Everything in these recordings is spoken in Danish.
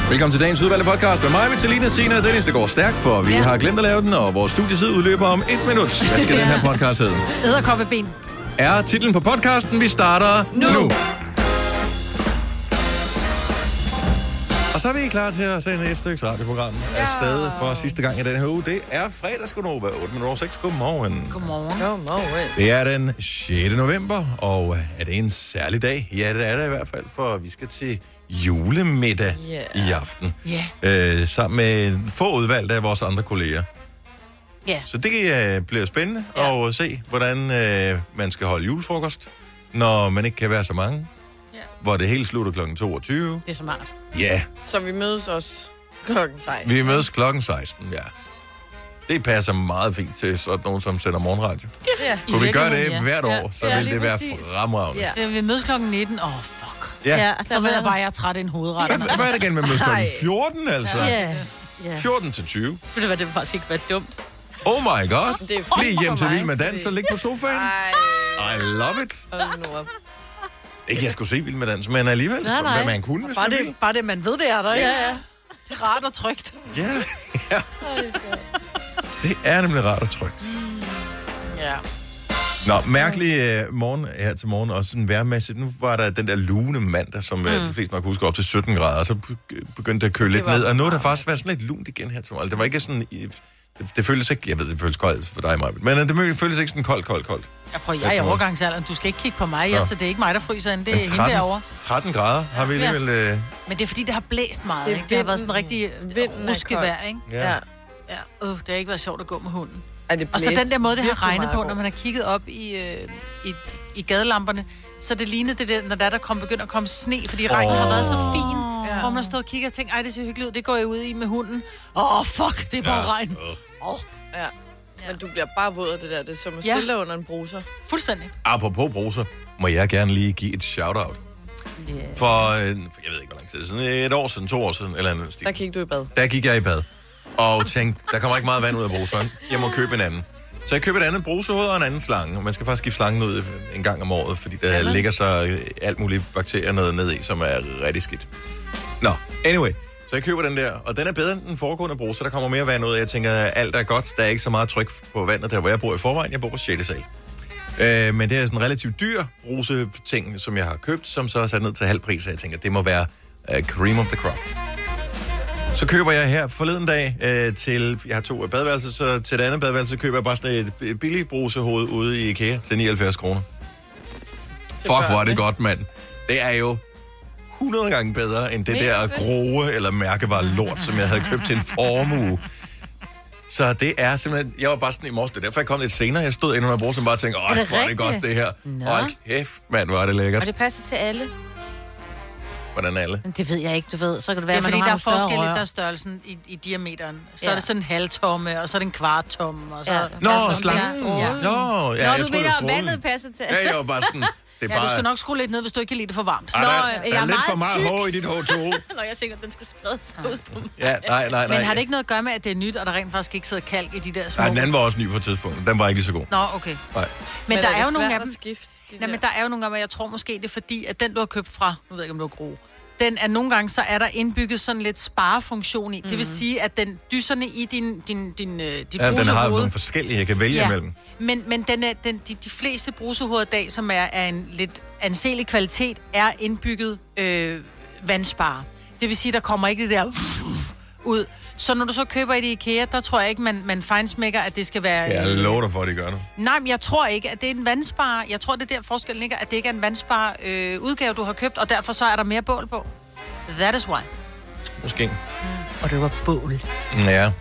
Velkommen til dagens udvalgte podcast med mig, Vitalina, Sina og Dennis. Det går stærkt, for vi har glemt at lave den, og vores studietid udløber om 1 minut. Hvad skal den her podcast hedde? Edderkoppeben. Er titlen på podcasten. Vi starter nu. Og så er vi klar til at sende et stykke radioprogram afsted for sidste gang i den her uge. Det er fredagsgonova, 8:06. Godmorgen. Godmorgen. Det er den 6. november, og er det en særlig dag? Ja, det er det i hvert fald, for vi skal til julemiddag i aften. Sammen med få udvalgte af vores andre kolleger. Så det bliver spændende at se, hvordan man skal holde julefrokost, når man ikke kan være så mange. Hvor det hele slutter kl. 22. Det er smart. Ja. Så vi mødes også klokken 16. Vi mødes klokken 16, Det passer meget fint til sådan nogen, som sender morgenradio. Kunne vi gøre det hvert år, så ville det være fremragende. Vi mødes klokken 19. Fuck. Så ved jeg bare, at jeg er træt af en hovedret. Hvad er det igen med mødes klokken 14, altså? 14 til 20. Ved du hvad, det vil faktisk ikke være dumt. Oh my god. Det er lige hjem til Vild med Dans og ligge på sofaen. I love it. Ikke, jeg skulle se Vild med Dans, men alligevel. Nej. Hvad man kunne, hvis man ville. Bare det, man ved, det er der, ikke? Ja. Det er rart og trygt. Ja. Det er nemlig rart og trygt. Nå, mærkelig morgen her til morgen, og sådan vejrmæssigt. Nu var der den der lune mandag, som de fleste nok husker op til 17 grader, og så begyndte det at køle lidt ned. Og nu er der faktisk været sådan lidt lunt igen her til morgen. Det var ikke sådan... Det føles ikke... Jeg ved, det føles koldt for dig, Maja. Men det føles ikke sådan koldt. Jeg er i overgangsalderen. Du skal ikke kigge på mig, så det er ikke mig, der fryser ind. Det er hende derovre. 13 grader har vi alligevel... Men det er fordi, det har blæst meget, ikke? Det har været sådan rigtig ruskevejr, ikke? Det har ikke været sjovt at gå med hunden. Og så den der måde, det har regnet på, når man har kigget op i gadelamperne, så det lignede det der, når der begynder at komme sne, fordi regnen har været så fin, hvor man står og kigger og tænker, det ser hyggeligt ud, det går jeg ud i med hunden. Fuck, det er bare regn. Men du bliver bare våd af det der. Det er som at stille dig under en bruser. Fuldstændig. Apropos bruser, må jeg gerne lige give et shout-out. For, jeg ved ikke, hvor lang tid siden, 1 år siden, 2 år siden, eller andet stil. Der gik du i bad. Der gik jeg i bad, og tænkte, der kommer ikke meget vand ud af bruseren. Jeg må købe en anden. Så jeg købte et andet brusehoved og en anden slange, og man skal faktisk give slangen ud en gang om året, fordi der ligger så alt muligt bakterier ned i, som er rigtig skidt. Nå, anyway. Så jeg køber den der, og den er bedre end den foregående bruser. Der kommer mere vand ud, og jeg tænker, at alt er godt. Der er ikke så meget tryk på vandet der, hvor jeg bor i forvejen. Jeg bor på 6. sal. Men det er sådan en relativt dyr bruseting, som jeg har købt, som så er sat ned til halv pris, og jeg tænker, det må være cream of the crop. Så køber jeg her forleden dag til, jeg har 2 badeværelser, så til det andet badeværelse køber jeg bare sådan et billigt brusehoved ude i IKEA til 79 kroner. Fuck, hvor er det godt, mand. Det er jo 100 gange bedre end det der groe eller mærkevare lort, som jeg havde købt til en formue. Så det er simpelthen... Jeg var bare sådan i morges, det er derfor jeg kom lidt senere. Jeg stod inde under brusen og bare tænkte, hvor er det godt det her. Hold kæft, mand, hvor er det lækkert. Og det passer til alle? Hvordan alle? Det ved jeg ikke, du ved. Så kan det være, fordi der er forskel i der størrelsen i diameteren. Så er det sådan en halvtomme, og så er det en kvarttomme. Og så slangen. Nå, du ved, at vandet passer til alle. Ja, jeg var bare sådan... du skal nok skrue lidt ned, hvis du ikke kan lide det for varmt. Der er lidt for meget hår i dit H2. Når jeg tænker, at den skal sprede sig ud på mig. Ja, nej. Men har det ikke noget at gøre med, at det er nyt, og der rent faktisk ikke sidder kalk i de der små... Nej, den anden var også ny på et tidspunkt. Den var ikke lige så god. Nå, okay. Nej. Men der er jo nogle af dem... Men der er jo nogle af dem, jeg tror måske, det er fordi, at den, du har købt fra... Nu ved jeg ikke, om du har Gro. Den er nogle gange, så er der indbygget sådan lidt sparefunktion i. Det vil sige, at dyserne i din den har nogle forskellige, jeg kan vælge imellem. Men de fleste brusehoveder i dag, som er en lidt anselig kvalitet, er indbygget vandspare. Det vil sige, der kommer ikke det der ud. Så når du så køber i IKEA, der tror jeg ikke, man fejnsmækker, at det skal være... Jeg lover dig for, at det gør det. Nej, men jeg tror ikke, at det er en vandspare. Jeg tror, det er der forskellen ligger, at det ikke er en vandspare udgave, du har købt, og derfor så er der mere bål på. That is why. Måske. Og det var bål. Ja.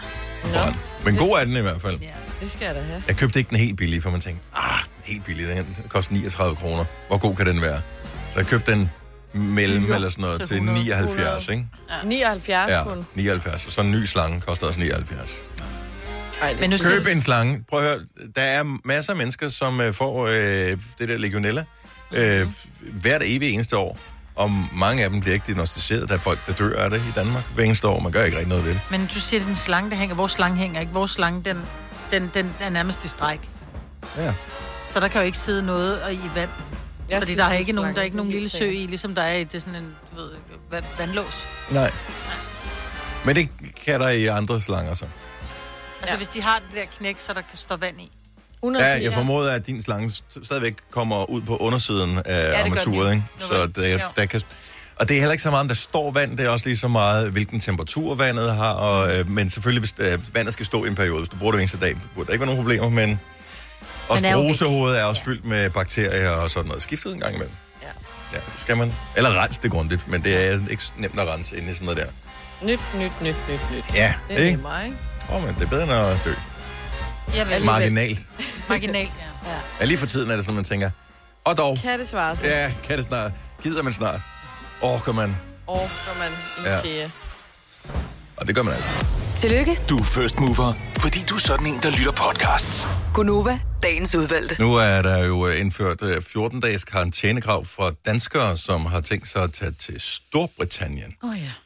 Men god er den i hvert fald. Ja, det skal jeg da have. Jeg købte ikke den helt billige, for man tænkte, helt billig, den koster 39 kroner. Hvor god kan den være? Så jeg købte den mellem eller sådan noget til 79, ikke? Ja. 79 kun? 79. Og så en ny slange koster også 79. Men køb en slange. Prøv at høre, der er masser af mennesker, som får det der legionella hvert evig eneste år. Og mange af dem bliver ikke diagnosticeret. Der er folk, der dør af det i Danmark hver eneste år. Man gør ikke rigtig noget ved det. Men du siger, at den slange, der hænger. Vores slange hænger ikke. Vores slange, den er nærmest i stræk. Ja. Så der kan jo ikke sidde noget i vand. Fordi der er ikke nogen lille sø i, ligesom der er i det sådan en, du ved, vandlås. Nej. Men det kan der i andre slanger så. Altså hvis de har det der knæk, så der kan stå vand i. Ja, jeg formoder, at din slange stadigvæk kommer ud på undersiden af armaturet, ikke? Så der kan... Og det er heller ikke så meget, om der står vand, det er også lige så meget, hvilken temperatur vandet har, og, men selvfølgelig, hvis vandet skal stå i en periode, hvis du bruger det eneste dag, burde der ikke være nogen problemer, men også brusehovedet er også fyldt med bakterier og sådan noget. Skiftet en gang imellem. Ja, det skal man. Eller rense det grundigt, men det er ikke nemt at rense ind i sådan noget der. Nyt. Ja, det er mig, ikke? Men det er bedre end at dø. Marginalt. Marginalt, ja. Lige for tiden er det sådan, man tænker, og dog. Kan det svare sig? Ja, kan det snart. Gider man snart. Orker man. IKEA. Og det gør man altså. Tillykke. Du er first mover, fordi du er sådan en, der lytter podcasts. Gunova, dagens udvalgte. Nu er der jo indført 14-dages karantænekrav for danskere, som har tænkt sig at tage til Storbritannien.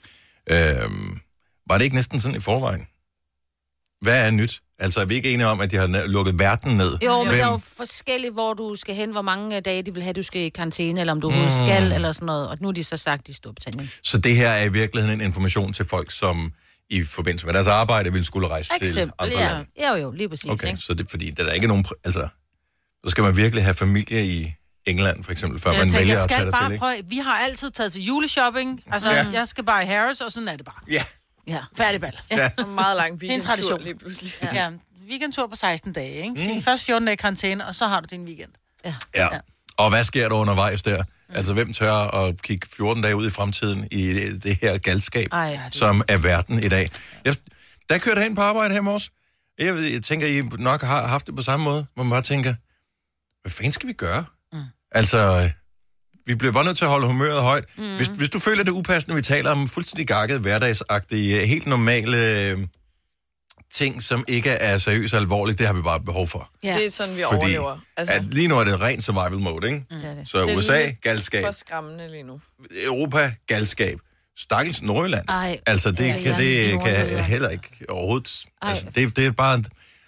Var det ikke næsten sådan i forvejen? Hvad er nyt? Altså er vi ikke enige om, at de har lukket verden ned? Jo, men der er jo forskelligt, hvor du skal hen, hvor mange dage de vil have, du skal i karantæne, eller om du skal, eller sådan noget. Og nu er de så sagt i Storbritannien. Så det her er i virkeligheden en information til folk, som i forbindelse med deres arbejde ville skulle rejse til andre lande? Jo, lige præcis. Okay, ikke? Så det er fordi, der er ikke nogen... Altså, så skal man virkelig have familie i England, for eksempel, før man vælger at tage det til, ikke? Vi har altid taget til juleshopping. Altså, jeg skal bare i Harrods, og sådan er det bare. Ja. Færdig ball. Ja. En meget lang weekendtur. Det er en tradition. Lige pludselig. Ja, weekendtur på 16 dage, ikke? Det er den første 14 dage i karantæne, og så har du din weekend. Ja. Og hvad sker der undervejs der? Altså, hvem tør at kigge 14 dage ud i fremtiden i det her galskab, som er verden i dag? Der kørte hen på arbejde her i morges. Jeg tænker, I nok har haft det på samme måde, hvor man bare tænker, hvad fanden skal vi gøre? Altså, vi bliver bare nødt til at holde humøret højt. Hvis du føler det upassende, vi taler om fuldstændig gakket, hverdagsagtige, helt normale ting, som ikke er seriøst og alvorligt, det har vi bare behov for. Ja. Det er sådan, vi overlever. Altså, lige nu er det rent survival mode, ikke? Så det USA, galskab. Det er for skræmmende lige nu. Europa, galskab. Stakkels Nordjylland. Altså, det kan heller ikke overhovedet... Altså, det er bare...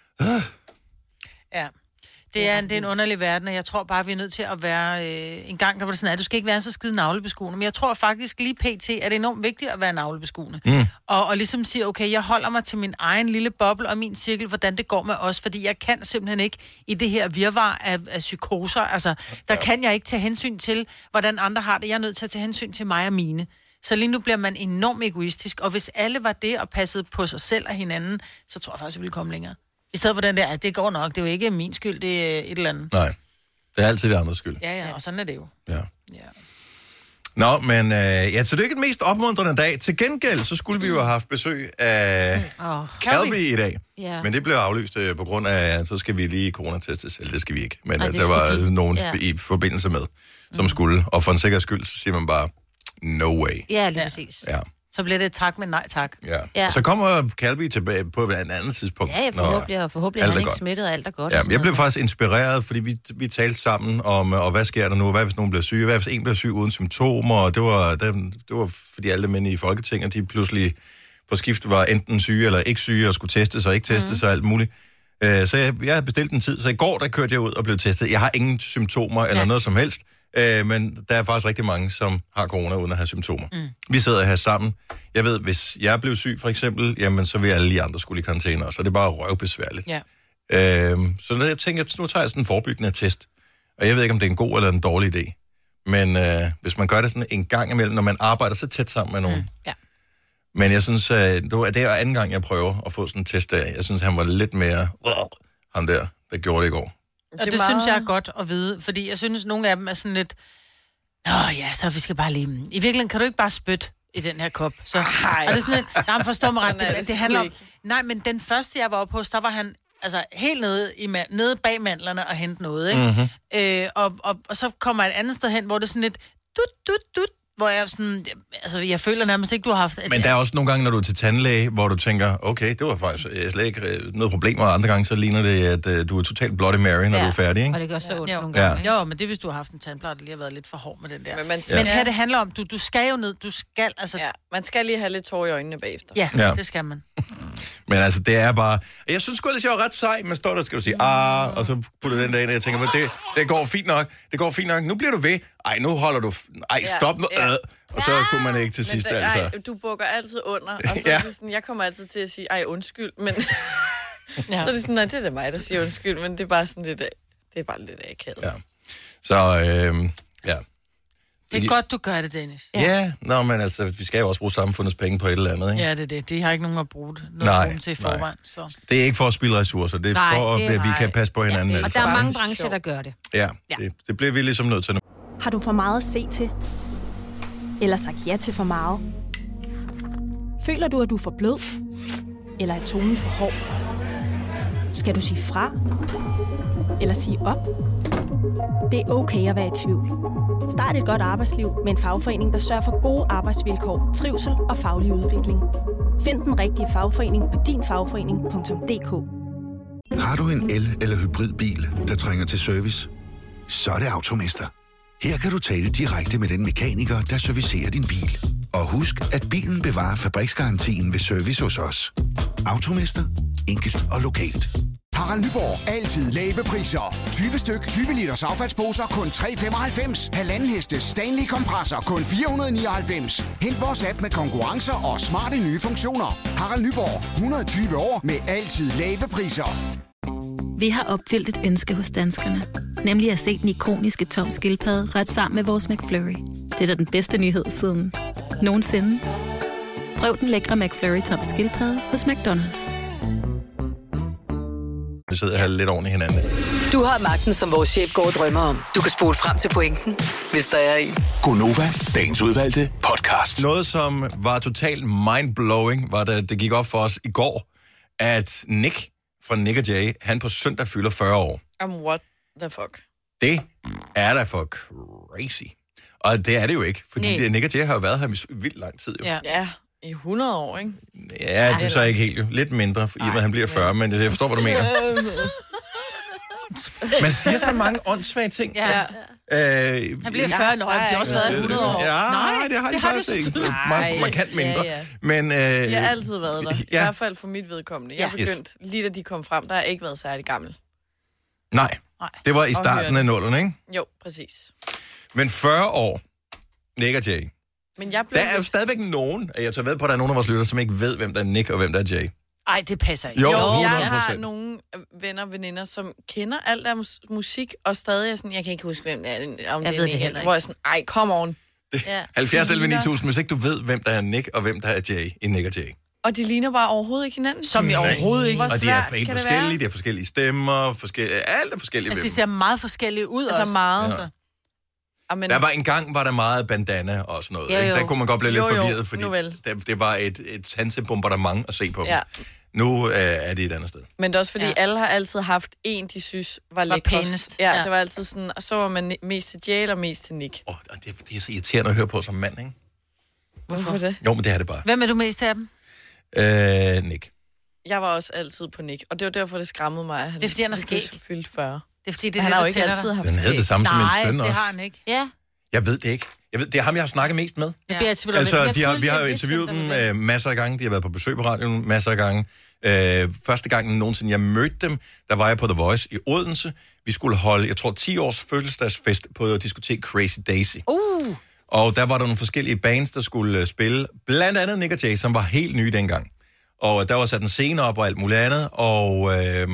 Ja. Det er en underlig verden, og jeg tror bare, vi er nødt til at være... en gang, der var det sådan, at du skal ikke være så skide navlebeskuende. Men jeg tror faktisk lige pt. Er det enormt vigtigt at være navlebeskuende. Og ligesom sige, okay, jeg holder mig til min egen lille boble og min cirkel, hvordan det går med os. Fordi jeg kan simpelthen ikke i det her virvar af psykoser. Altså, der kan jeg ikke tage hensyn til, hvordan andre har det. Jeg er nødt til at tage hensyn til mig og mine. Så lige nu bliver man enormt egoistisk. Og hvis alle var det og passede på sig selv og hinanden, så tror jeg faktisk, vi ville komme længere. I stedet for den der, at det går nok, det er jo ikke min skyld, det er et eller andet. Nej, det er altid det andres skyld. Ja, og sådan er det jo. Ja. Nå, men så det er ikke den mest opmuntrende dag. Til gengæld, så skulle vi jo have haft besøg af Calby i dag. Yeah. Men det blev aflyst på grund af, så skal vi lige coronateste selv. Det skal vi ikke. Men der var nogen i forbindelse med, som skulle. Og for en sikkerheds skyld, så siger man bare, no way. Ja, lige præcis. Ja. Så bliver det et tak, men nej tak. Ja. Så kommer Calby tilbage på et andet tidspunkt. Ja, forhåbentlig er han ikke smittet, og alt er godt. Ja, jeg blev faktisk inspireret, fordi vi talte sammen om, og hvad sker der nu? Hvad hvis nogen bliver syge? Hvad hvis en bliver syg uden symptomer? Og det var fordi alle mænd i Folketinget, de pludselig på skift var enten syge eller ikke syge, og skulle testes og ikke testes og alt muligt. Så jeg havde bestilt en tid, så i går der kørte jeg ud og blev testet. Jeg har ingen symptomer eller noget som helst. Men der er faktisk rigtig mange, som har corona uden at have symptomer. Vi sidder her sammen. Jeg ved, hvis jeg blev syg for eksempel, jamen så vil alle de andre skulle i karantæne også. Så det er bare røvbesværligt. Så jeg tænker, nu tager jeg sådan en forebyggende test. Og jeg ved ikke, om det er en god eller en dårlig idé. Men hvis man gør det sådan en gang imellem, når man arbejder så tæt sammen med nogen. Men jeg synes, det er anden gang, jeg prøver at få sådan en test af. Jeg synes, han var lidt mere ham der gjorde det i går. Og det synes jeg er godt at vide, fordi jeg synes, nogle af dem er sådan lidt, så vi skal bare lige... I virkeligheden kan du ikke bare spytte i den her kop. Så, og det er sådan lidt, forstår mig ret, det handler om... Nej, men den første, jeg var oppe hos, der var han altså helt nede bag mandlerne og hente noget, ikke? Og så kommer jeg et andet sted hen, hvor det er sådan lidt, dut, hvor jeg sådan, altså jeg føler nærmest ikke, du har haft... Men der er også nogle gange, når du er til tandlæge, hvor du tænker, okay, det var faktisk slet ikke noget problem, og andre gange så ligner det, at du er totalt Bloody Mary, når du er færdig, ikke? Og det gør så ondt nogle gange. Jo, men det hvis du har haft en tandpleje, der lige har været lidt for hård med den der. Men her det handler om, du skal jo ned, du skal, altså... Ja, man skal lige have lidt tår i øjnene bagefter. Ja, det skal man. Men altså, det er bare... Jeg synes sgu, at jeg var ret sej. Man står der, skal du sige, og så putter den der ind, og jeg tænker, men det går fint nok. Det går fint nok. Nu bliver du ved. Ej, nu holder du... Ej, stop nu. Og så kunne man ikke til sidst, altså. Ej, du bukker altid under, og så er det sådan, jeg kommer altid til at sige, ej, undskyld, men... Så er det sådan, nej, det er da mig, der siger undskyld, men det er bare sådan lidt... Det er bare lidt akavet. Ja. Så, ja. Det er godt, du gør det, Dennis. Ja, men altså, vi skal jo også bruge samfundets penge på et eller andet, ikke? Ja, det er det. De har ikke nogen at bruge det til i forvejen. Så. Det er ikke for at spilde ressourcer, det er for, at vi kan passe på hinanden. Ja, og der er mange brancher, der gør det. Ja. Det bliver vi ligesom nødt til nu. Har du for meget at se til? Eller sagt ja til for meget? Føler du, at du er for blød? Eller er tonen for hård? Skal du sige fra? Eller sige op? Det er okay at være i tvivl. Start et godt arbejdsliv med en fagforening, der sørger for gode arbejdsvilkår, trivsel og faglig udvikling. Find den rigtige fagforening på dinfagforening.dk. Har du en el- eller hybridbil, der trænger til service? Så er det Automester. Her kan du tale direkte med den mekaniker, der servicerer din bil. Og husk, at bilen bevarer fabriksgarantien ved service hos os. Automester. Enkelt og lokalt. Harald Nyborg. Altid lave priser. 20 styk, 20 liters affaldsposer kun 3,95. Halvanden hestes Stanley kompresser kun 499. Hent vores app med konkurrencer og smarte nye funktioner. Harald Nyborg. 120 år med altid lave priser. Vi har opfyldt et ønske hos danskerne. Nemlig at se den ikoniske Tom Skildpadde ret sammen med vores McFlurry. Det er da den bedste nyhed siden nogensinde. Prøv den lækre McFlurry Tom Skildpadde hos McDonald's. Vi sidder her lidt oven i hinanden. Du har magten, som vores chef går og drømmer om. Du kan spole frem til pointen, hvis der er en. Gonova, dagens udvalgte podcast. Noget, som var totalt mind-blowing, var da det gik op for os i går, at Nick fra Nick & Jay, han på søndag fylder 40 år. What the fuck? Det er da for crazy. Og det er det jo ikke, fordi Nick & Jay har jo været her i vildt lang tid. Jo. Ja, i 100 år, ikke? Ja, det er så ikke helt jo. Lidt mindre, i og med, at han bliver 40, men jeg forstår, hvad du mener. Man siger så mange åndssvage ting. Ja. Han bliver 40 år, det har også været 100 år. Ja, nej, det har de faktisk ikke. Man kan mindre. Ja. Men, jeg har altid været der. I hvert fald for mit vedkommende. Jeg begyndte, lige da de kom frem, der har jeg ikke været særlig gammel. Nej, det var i starten af nullerne, ikke? Jo, præcis. Men 40 år, Nick & Jay. Men der er jo stadigvæk nogen, jeg tager ved på, at der er nogen af vores lytter, som ikke ved, hvem der er Nick og hvem der er Jay. Ej, det passer ikke. Jo, jeg har nogle venner og veninder, som kender alt der musik, og stadig er sådan, jeg kan ikke huske, hvem det er. Om jeg det ved er det heller ikke. Hvor jeg sådan, ej, come on. 70 11 9000, hvis ikke du ved, hvem der er Nick og hvem der er Jay i Nick & Jay. Og de ligner bare overhovedet ikke hinanden. Som i overhovedet ikke. Og de er helt forskellige, de har forskellige stemmer, alt er forskellige. Altså, de ser meget forskellige ud altså også. Meget. Ja. Altså. Amen. Der var en gang, var der meget bandana og sådan noget. Ikke? Der kunne man godt blive lidt forvirret, fordi det var et sansebombardement at se på dem. Nu er det et andet sted. Men det er også fordi, alle har altid haft en, de synes var lækrest. Ja, det var altid sådan, og så var man mest til Jay eller mest til Nick. Det er så irriterende at høre på som mand, ikke? Hvorfor det? Jo, men det er det bare. Hvem er du mest af dem? Nick. Jeg var også altid på Nick, og det var derfor, det skræmmede mig, at det er fordi, han er skæg. Fyldt 40. Det er fordi, det han har jo ikke altid haft skæg. Den havde det samme som min søn også. Nej, det har han ikke. Ja. Jeg ved det ikke. Det er ham, jeg har snakket mest med. Ja. Altså, vi har jo interviewet dem masser af gange. De har været på besøg på radioen masser af gange. Første gang nogensinde, jeg mødte dem, der var jeg på The Voice i Odense. Vi skulle holde, jeg tror, 10 års fødselsdagsfest på diskotek Crazy Daisy. Og der var der nogle forskellige bands, der skulle spille. Blandt andet Nick & Jay, som var helt nye dengang. Og der var sat en scene op og alt muligt andet. Og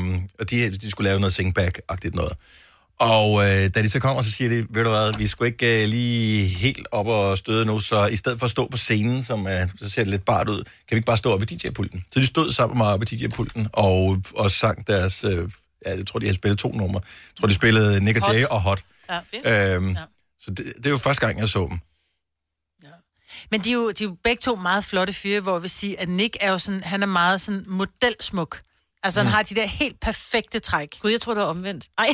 de skulle lave noget singback-agtigt noget. Og da de så kommer, så siger de, ved du hvad, vi skulle ikke lige helt op og støde nu, så i stedet for at stå på scenen, som så ser det lidt bart ud, kan vi ikke bare stå op ved DJ-pulten. Så de stod sammen med mig op ved DJ-pulten og sang deres, jeg tror, de havde spillet 2 numre. Jeg tror, de spillede Nick & Jay og Hot. Ja, fedt. Så det er jo første gang, jeg så dem. Ja. Men de er jo begge to meget flotte fyre, hvor jeg vil sige, at Nick er jo sådan, han er meget sådan modelsmuk. Altså, han har de der helt perfekte træk. Gud, jeg tror, det var omvendt. Ej.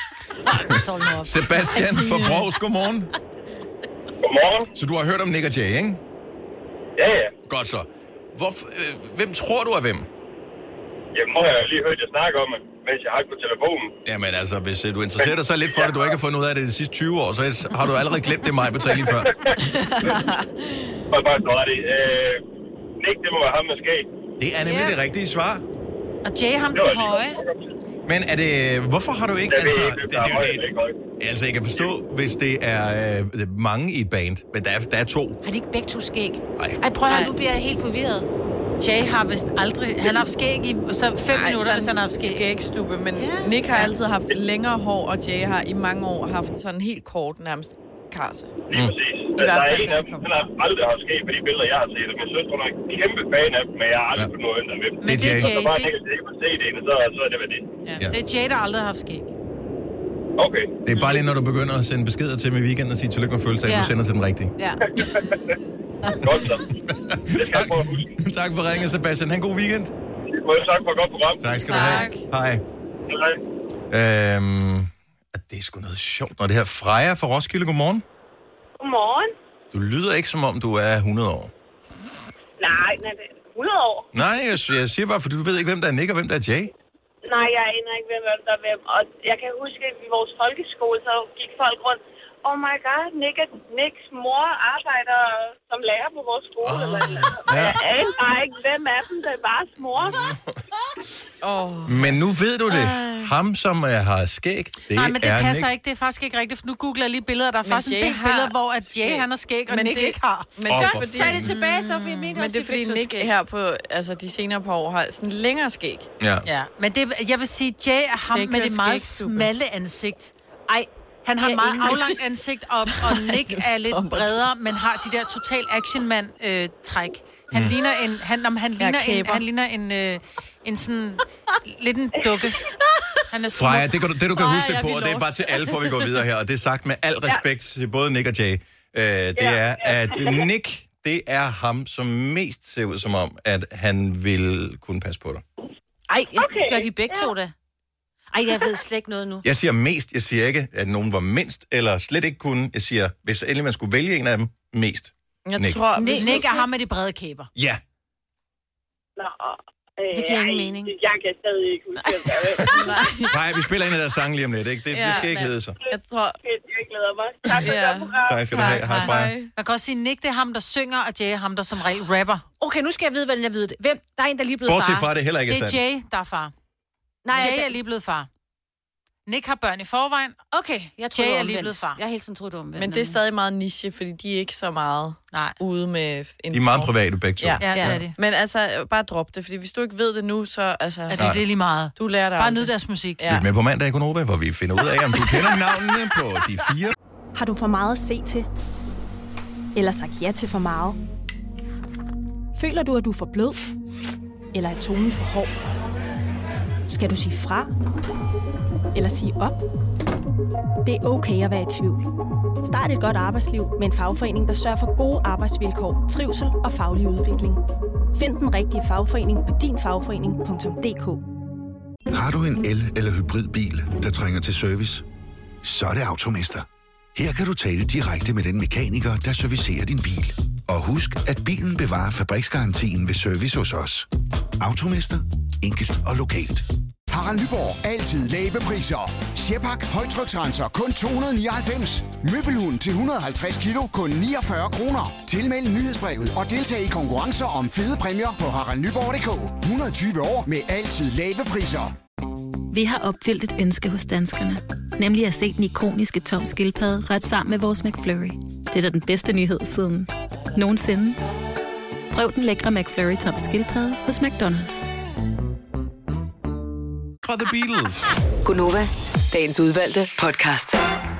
Sebastian fra Brogs, godmorgen. Godmorgen. Så du har hørt om Nick & Jay, ikke? Ja. Godt så. Hvem tror du er hvem? Jamen, nu har jeg lige hørt jer snakke om det, mens jeg har på telefonen. Jamen altså, hvis du interesserer dig så lidt for det, du ikke har fundet ud af det de sidste 20 år, så har du allerede glemt det mig betalte lige før. Og bare så det. Nick, det må være ham med skæg. Det er nemlig det rigtige svar. Og Jay ham den høje. Men er det... Hvorfor har du ikke... Altså, jeg kan forstå, hvis det er mange i et band, men der er 2. Har de ikke begge 2 skæg? Nej. Ej, prøv at nu bliver jeg helt forvirret. Jay har vist aldrig... Han har haft skæg i 5 minutter, hvis han har haft skæg. Skægstube, men Nick har altid haft længere hår, og Jay har i mange år haft sådan helt kort nærmest karse. Lige præcis. Der er en af dem, han har aldrig haft skæg på de billeder, jeg har set. Min søster er en kæmpe fan af dem, men jeg har aldrig fået noget med dem. Men det er Jay. Så bare ikke kunne se det, så er det hvad det. Ja. Det er Jay, der aldrig har haft skæg. Okay. Det er bare lige, når du begynder at sende beskeder til mig i weekenden og sige tillykke med fødselsdagen, du sender til den rigtige. Ja. Godt så. Det skal jeg prøve at huske. Tak for ringen, Sebastian. Ha' en god weekend. Tak for et godt program. Tak skal du have. Hej. Det er sgu noget sjovt, når det her Freja fra Roskilde. Godmorgen. Godmorgen. Du lyder ikke, som om du er 100 år. Nej, det er 100 år. Nej, jeg siger bare, fordi du ved ikke, hvem der er Nick og hvem der er Jay. Nej, jeg aner ikke, hvem der er hvem. Og jeg kan huske, at i vores folkeskole, så gik folk rundt. Oh my god, Nicks mor arbejder som lærer på vores skole. Ja. Jeg aner bare ikke, hvem af dem, der er bare mor. Men nu ved du det. Ham, som har skæg, det Nej, men det er passer Nick. ikke. Det er faktisk ikke rigtigt, for nu googler jeg lige billeder. Der er faktisk en del billeder, hvor at Jay han har skæg, og Nick ikke har. Men det er fordi, tag det tilbage, Sofie. Men det er fordi Nick her på de senere par år har sådan længere skæg. Ja. Men det, jeg vil sige, Jay er ham med det meget smalle ansigt. Ej, han har meget aflangt ansigt, og Nick er lidt bredere, men har de der total actionmand-træk. Han ligner han ligner en sådan lidt en dukke. Han er Freja, det du kan huske det på, og det er bare til alle, for vi går videre her, og det er sagt med al respekt til både Nick og Jay, det er, at Nick, det er ham, som mest ser ud som om, at han vil kunne passe på dig. Ej, gør de begge to da? Ej, jeg ved slet ikke noget nu. Jeg siger mest, jeg siger ikke, at nogen var mindst, eller slet ikke kunne. Jeg siger, hvis endelig man skulle vælge en af dem, mest. Jeg tror, Nick er ham med de brede kæber. Ja. Det giver ingen mening. Jeg kan stadig ikke huske det. Nej, vi spiller en af deres sange lige om lidt, ikke? Det skal ikke hedde sig. Jeg tror... Jeg glæder mig. Tak for det program. Tak skal du have. Hej, Freja. Man kan også sige, Nick, det er ham, der synger, og Jay er ham, der som regel rapper. Okay, nu skal jeg vide, hvordan jeg ved det. Hvem? Der er en, der er lige blevet far. Bortset fra, det heller ikke er sandt. Det er Jay, der er far. Nej, Jay er lige blevet far. Nick har børn i forvejen. Okay, jeg tror, Jay er lige blevet far. Jeg er helt sådan troet omvendt. Men det er stadig meget niche, fordi de er ikke så meget ude med... De er meget private begge to. Ja, det er de. Men altså, bare drop det, fordi hvis du ikke ved det nu, så... Altså, det er lige meget. Du lærer dig bare nyd deres musik. Lyt med på mandag i Gonova, hvor vi finder ud af, om du kender navnene på de 4. Har du for meget at se til? Eller sagt ja til for meget? Føler du, at du er for blød? Eller er tonen for hård? Skal du sige fra? Eller sige op? Det er okay at være i tvivl. Start et godt arbejdsliv med en fagforening, der sørger for gode arbejdsvilkår, trivsel og faglig udvikling. Find den rigtige fagforening på dinfagforening.dk. Har du en el- eller hybridbil, der trænger til service? Så er det Automester. Her kan du tale direkte med den mekaniker, der servicerer din bil. Og husk, at bilen bevarer fabriksgarantien ved service hos os. Automester. Enkelt og lokalt. Harald Nyborg. Altid lave priser. Sjehpak. Højtryksrenser. Kun 299. Møbelhund til 150 kilo. Kun 49 kroner. Tilmeld nyhedsbrevet og deltag i konkurrencer om fede præmier på haraldnyborg.dk. 120 år med altid lave priser. Vi har opfyldt et ønske hos danskerne. Nemlig at se den ikoniske Tom Skildpadde ret sammen med vores McFlurry. Det er da den bedste nyhed siden nogensinde. Prøv den lækre McFlurry Tom Skildpadde hos McDonald's. Fra The Beatles. Gonova, dagens udvalgte podcast.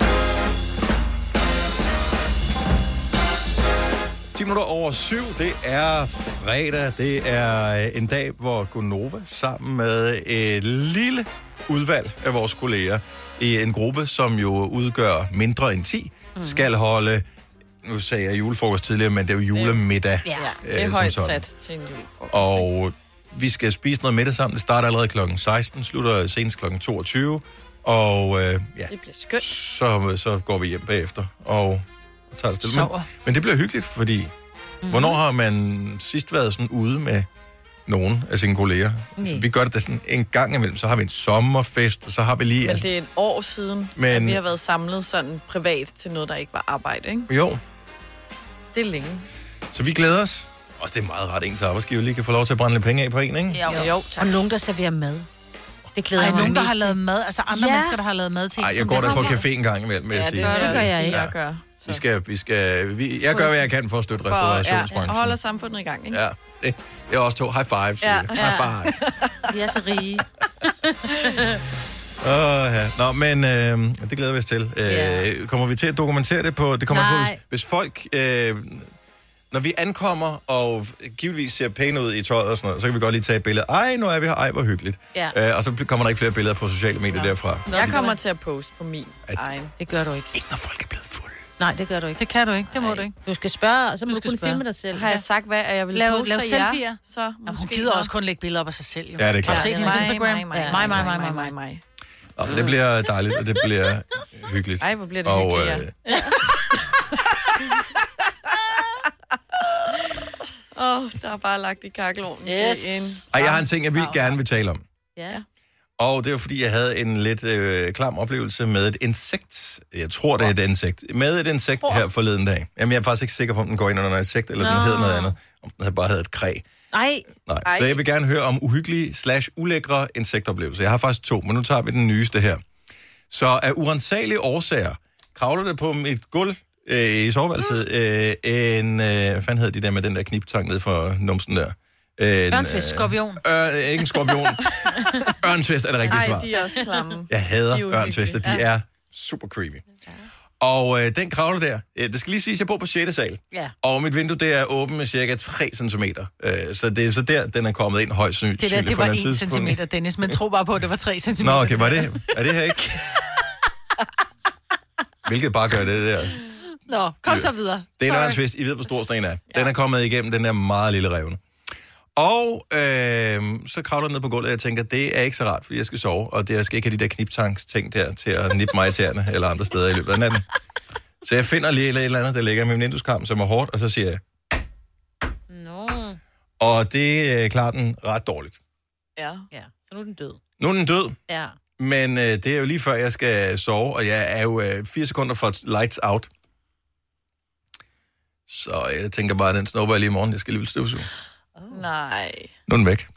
10 minutter over 7, det er fredag. Det er en dag, hvor Gonova sammen med et lille udvalg af vores kolleger i en gruppe, som jo udgør mindre end 10, skal holde, nu sagde jeg julefrokost tidligere, men det er jo julemiddag. Ja, det er højt sat til en julefrokost. Og vi skal spise noget middag sammen. Det starter allerede kl. 16, slutter senest kl. 22. Og det bliver skønt. Så går vi hjem bagefter og tager det stille. Men det bliver hyggeligt, fordi hvornår har man sidst været sådan ude med nogen af sine kolleger? Altså, vi gør det da sådan en gang imellem. Så har vi en sommerfest, og så har vi lige... Men det er et år siden, at vi har været samlet sådan privat til noget, der ikke var arbejde, ikke? Jo. Det er længe. Så vi glæder os. Også det er meget ret, ens arbejdsgiver lige kan få lov til at brænde lidt penge af på en, ikke? Jo, tak. Og nogen, der serverer mad. Det glæder mig. Nogen, der har lavet mad. Altså andre mennesker, der har lavet mad til. Nej, jeg går der på café en gang imellem, vil jeg sige. Det gør jeg ikke. Jeg gør. Jeg gør, hvad jeg kan for at støtte restaurationsbranchen. Ja, og holder samfundet i gang, ikke? Ja, det er også 2. High five, siger High five. Vi er så rige. Nå, men det glæder vi os til. Kommer vi til at dokumentere det på... Det kommer på, hvis folk... når vi ankommer og givetvis ser pæne ud i tøjet og sådan noget, så kan vi godt lige tage et billede. Ej, nu er vi her. Ej, hvor hyggeligt. Ja. Og så kommer der ikke flere billeder på sociale medier derfra. Jeg kommer til at poste på min egen. Det gør du ikke. Ikke når folk er blevet fulde. Nej, det gør du ikke. Det kan du ikke. Det må du ikke. Du skal spørge, og så må du kun filme dig selv. Har jeg sagt, hvad jeg vil poste lave selfie'er? Så hun gider også kun lægge billeder op af sig selv. Jo. Ja, det er klart. Har du set hendes Instagram? Mig. Det bliver dejligt, og det bliver hyggeligt. Ej, hvor bliver det hyggeligt, der er bare lagt i kakkelovnen til en... Ej, jeg har en ting, jeg gerne vil tale om. Ja. Og det var, fordi jeg havde en lidt klam oplevelse med et insekt. Jeg tror, det er et insekt. Med et insekt her forleden dag. Jamen, jeg er faktisk ikke sikker på, om den går ind under et insekt, eller den hedder noget andet. Om den bare havde et kræ. Nej. Så jeg vil gerne høre om uhyggelige / ulækre insektoplevelser. Jeg har faktisk 2, men nu tager vi den nyeste her. Så af urensagelige årsager kravler det på mit gulv i soveværelset hvad fanden hedder de der med den der kniptang ned for numsen der? Ørntvist, skorpion. Ikke en skorpion. Ørntvist er det rigtige svar. Nej, de er også klamme. Jeg hader ørntvister, de er super creepy. Og den kravler der, det skal lige siges, at jeg bor på 6. sal. Ja. Og mit vindue, det er åbent med cirka 3 cm. Så det er så der, den er kommet ind højst sandsynligt. Det var 1 centimeter, Dennis, men tro bare på, at det var 3 cm. Nå, okay, er det her ikke? Hvilket bare gør det der. Nå, kom så videre. Det er en ørntvist, I ved, hvor stor sådan en er. Den er kommet igennem den der meget lille revne. Og så kravler den ned på gulvet, og jeg tænker, det er ikke så rart, fordi jeg skal sove, og jeg skal ikke have de der kniptanks-ting der til at nippe mig i tæerne eller andre steder i løbet af natten. Så jeg finder lige et eller andet, der ligger i min vindueskarm, som er hårdt, og så siger jeg... Og det klarer den ret dårligt. Ja, så nu er den død. Nu er den død, ja. Men det er jo lige før, jeg skal sove, og jeg er jo 4 sekunder fra lights out. Så jeg tænker bare, den snupper jeg lige i morgen. Jeg skal alligevel støvsuge. Nej. Nu er den væk.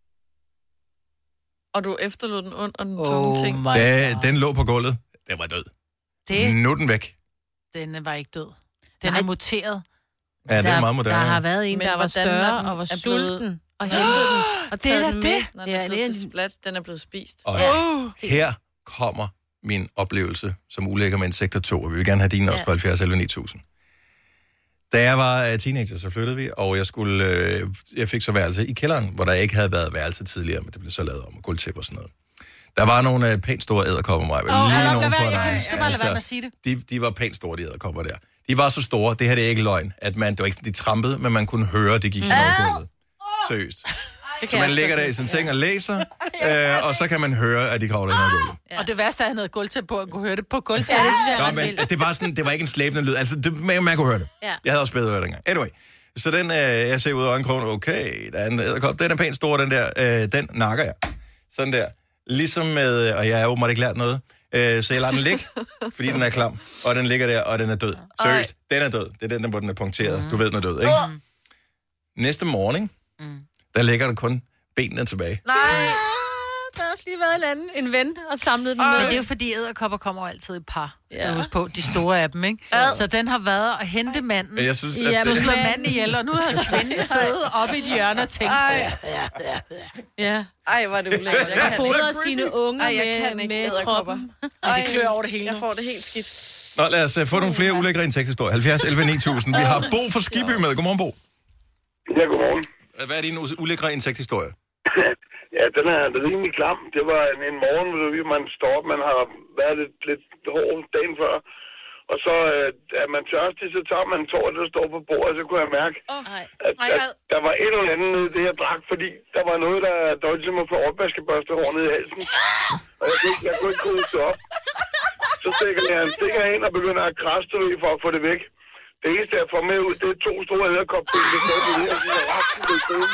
Og du efterlod den under den tunge ting? Den lå på gulvet. Den var død. Nu er den væk. Den var ikke død. Den er muteret. Ja, det er meget moderne. Der har været en, der var større og var sulten og hentet den og taget den med. Når den er blevet til splat, den er blevet spist. Og her kommer min oplevelse som ulækker med insekter 2, og vi vil gerne have dine også på 70 11 9000. Da jeg var teenager, så flyttede vi, og jeg fik så værelse i kælderen, hvor der ikke havde været værelse tidligere, men det blev så lavet om, og gulvtæppe og sådan noget. Der var nogle pænt store edderkopper, mig. Jeg skal bare lade være med at sige det. De var pænt store, de edderkopper der. De var så store, det her det er ikke løgn, at det var ikke sådan, de trampede, men man kunne høre, at det gik over gulvet. Seriøst. Så man ligger der i sin seng og læser, og så kan man høre, at de kravler ind over gulvet. Ja. Og det værste er, at han havde gulvtæppe på, at kunne høre det på gulvtæppe. Ja. Men det var ikke en slæbende lyd. Altså, man kunne høre det. Ja. Jeg havde også bedre hørt dengang. Anyway, så den, jeg ser ud af øjenkrogen, okay, der er en edderkop. Den er pænt stor, den der. Den nakker jeg. Sådan der. Ligesom med, og jeg har åbenbart ikke lært noget, så jeg lader den ligge, fordi den er klam. Og den ligger der, og den er død. Seriøst, den er død. Det er den, hvor den er punkteret. Du ved, den er død, ikke? Næste morgen, der ligger der kun benene tilbage. Nej, der har også lige været en ven og samlet den med. Men det er jo fordi, edderkopper kommer altid i par. Skal du huske på, de store af dem, ikke? Så den har været at hente manden. Jeg synes, at du slår manden ihjel, og nu har kvinden siddet oppe i et hjørne og tænkt. Ja. Ej, hvor er det ulækkert. Jeg har fodret sine unger med kroppen. Og det klør over det hele. Jeg får det helt skidt. Nå, lad os få nogle flere ulækre insekthistorier. 70 11 9000. Vi har Bo fra Skibby med. Godmorgen, Bo. Ja, godmorgen. Hvad er din ulækre insekthistorie? Ja, den er rimelig klam. Det var en morgen, hvor man står op, man har været lidt hård dagen før. Og så er man tørstig, så tager man en tår, der står på bordet, og så kunne jeg mærke, at der var et eller andet nede i det her drak, fordi der var noget, der døjte mig for opvaskebørste hårdt ned i halsen. Og jeg kunne ikke gå så op. Så stikker jeg en stikker ind og begynder at krasse det for at få det væk. Det eneste, jeg får med ud, det er 2 store edderkopben, der står på det, og så er resten det stedet.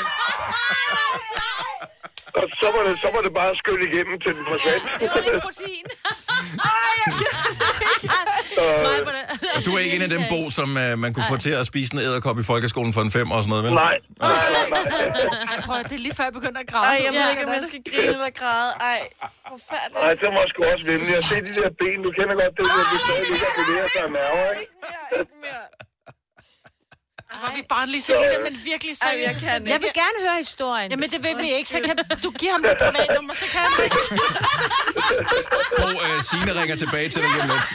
Og så var det bare skødt igennem til den forsat. Det var lidt protein. Og du er ikke en af dem, Bo, som man kunne få til at spise en edderkop i folkeskolen for en 5 og sådan noget, vel? Nej. Ej, prøv at det er lige før jeg begynder at græde. Ej, jeg ved ikke, om jeg skal grine eller græde. Ej, forfærdeligt. Nej, det må jeg sgu også vinde. Jeg ser de der ben, du kender godt det, der stadig ligger og bevæger sig af nerver, ikke? Ikke mere. Var vi barnlige, Selina, men virkelig seriøst. Jeg vil gerne høre historien. Jamen, det vil vi ikke. Så kan du give ham det privatnummer, så kan han det. Bo, Signe ringer tilbage til dig lige om lidt.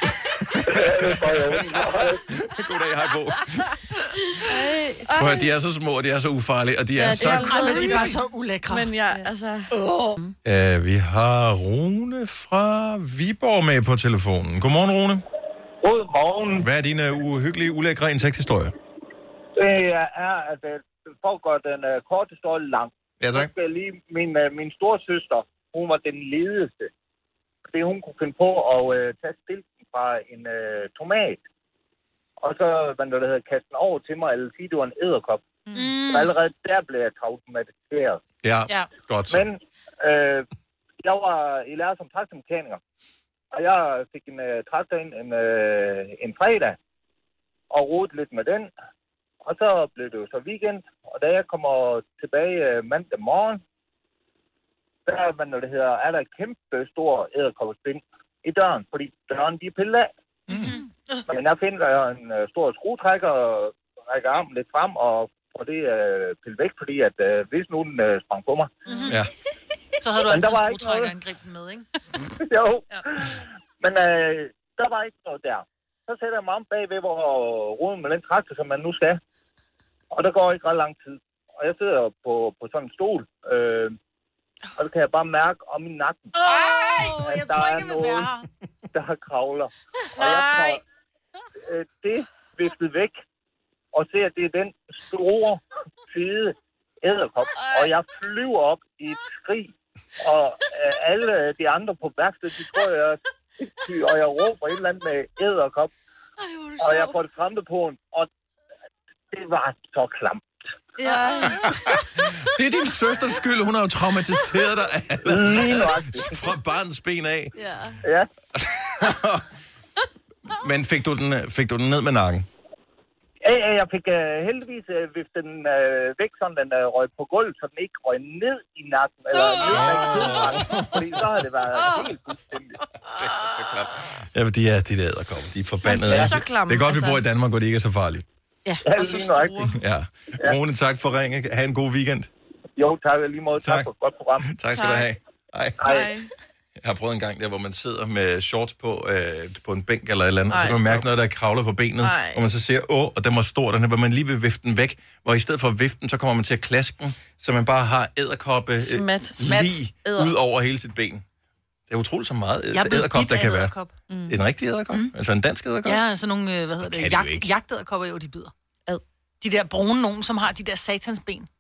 Goddag, hej Bo. De er så små, og de er så ufarlige, og de er så... Men de er bare så ulækre. Men ja, altså... Vi har Rune fra Viborg med på telefonen. Godmorgen, Rune. Godmorgen. Hvad er din uhyggelige, ulækre insekthistorie? Det er, at for at gøre den korte historie lang. Ja, tak. Så skal jeg lige, min storesøster, hun var den ledeste. Fordi hun kunne finde på at tage stilken fra en tomat. Og så, hvad der hedder, kaste den over til mig, eller sige, det var en edderkop. Så allerede der blev jeg traumatiseret. Ja, godt så. Men jeg var i lære som traktormekaniker. Og jeg fik en traktor ind en fredag. Og rodede lidt med den. Og så blev det jo så weekend, og da jeg kommer tilbage mandag morgen, der er der et kæmpe stor edderkoppespind i døren, fordi døren de er pillet af. Men jeg finder en stor skruetrækker og rækker armen lidt frem og får det pillet væk, fordi at hvis nogen sprang på mig. Ja. Så havde du altid skruetrækkeren griben med, ikke? Jo. Ja. Men der var ikke noget der. Så sætter jeg mig om bagved, hvor roden med den traktor, som man nu skal. Og der går ikke ret lang tid. Og jeg sidder på sådan en stol. Og så kan jeg bare mærke om i nakken. Jeg tror ikke, jeg vil være her. Der kravler. Og jeg det viftet væk. Og ser, at det er den store, fede edderkop. Og jeg flyver op i et skrig. Og alle de andre på værkstedet, de tror, jeg og jeg råber et eller andet med edderkop. Og jeg får det fremme på den. Og det var så klamt. Ja. Det er din søsters skyld. Hun har jo traumatiseret dig fra barns ben af. Ja. Men fik du den ned med nakken? Ja, jeg fik heldigvis viftet den væk, sådan den røg på gulvet, så den ikke røg ned i nakken, eller ned i nakken, fordi så har det været helt fuldstændig. Det er så klamt. Ja, de der edderkopper, de er forbandede. Det er så klamt. Det er godt, vi bor i Danmark, hvor det ikke er så farligt. Ja, og så store. Ja. Rune, tak for ringen. Ha' en god weekend. Jo, tak lige måde. Tak for et godt program. Tak skal du have. Hej. Jeg har prøvet en gang der, hvor man sidder med shorts på en bænk eller et eller andet, og så kan man mærke noget, der kravler på benet, og man så siger, og den var stor, den her, hvor man lige vil vifte den væk, hvor i stedet for at vifte den, så kommer man til at klaske den, så man bare har edderkoppe lige ud over hele sit ben. Det er utroligt så meget edderkop, der kan være. En rigtig edderkop? Altså en dansk edderkop? Ja, altså nogle, jagtedderkopper, jo, de bider. De der brune nogen, som har de der satansben.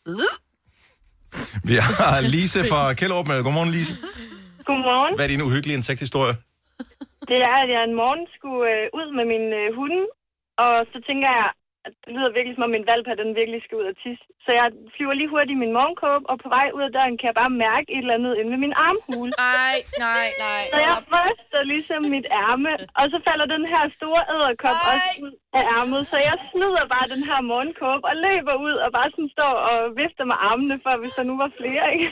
Vi har Lise fra Kjellerup med. Godmorgen, Lise. Godmorgen. Hvad er din uhyggelige insekthistorie? Det er, at jeg en morgen skulle ud med min hunde, og så tænker jeg, at det lyder virkelig som om min valp, den virkelig skal ud og tisse. Så jeg flyver lige hurtigt i min morgenkåbe, og på vej ud af døren kan jeg bare mærke et eller andet inde ved min armhule. Nej. Så jeg ryster ligesom mit ærme, og så falder den her store edderkop også ud af ærmet. Så jeg smider bare den her morgenkåbe og løber ud og bare sådan står og vifter med armene, for hvis der nu var flere, ikke?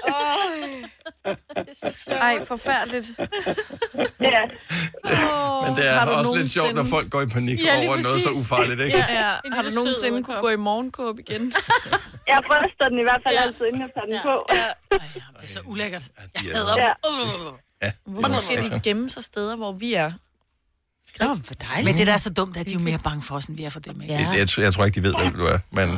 Ej, forfærdeligt. Ja. Men det er også lidt sjovt, når folk går i panik over noget så ufarligt, ikke? Ja. Har du nogensinde kunne gå i morgenkåb igen? Jeg ryster den i hvert fald altid, inden jeg tager den på. Ej, det er så ulækkert. Jeg hader dem. Hvorfor skal de gemme sig steder, hvor vi er? Det var for dejligt. Men det der er så dumt, at de er jo mere bange for os, end vi er for dem, ikke? Jeg tror ikke, de ved, hvem du er, men...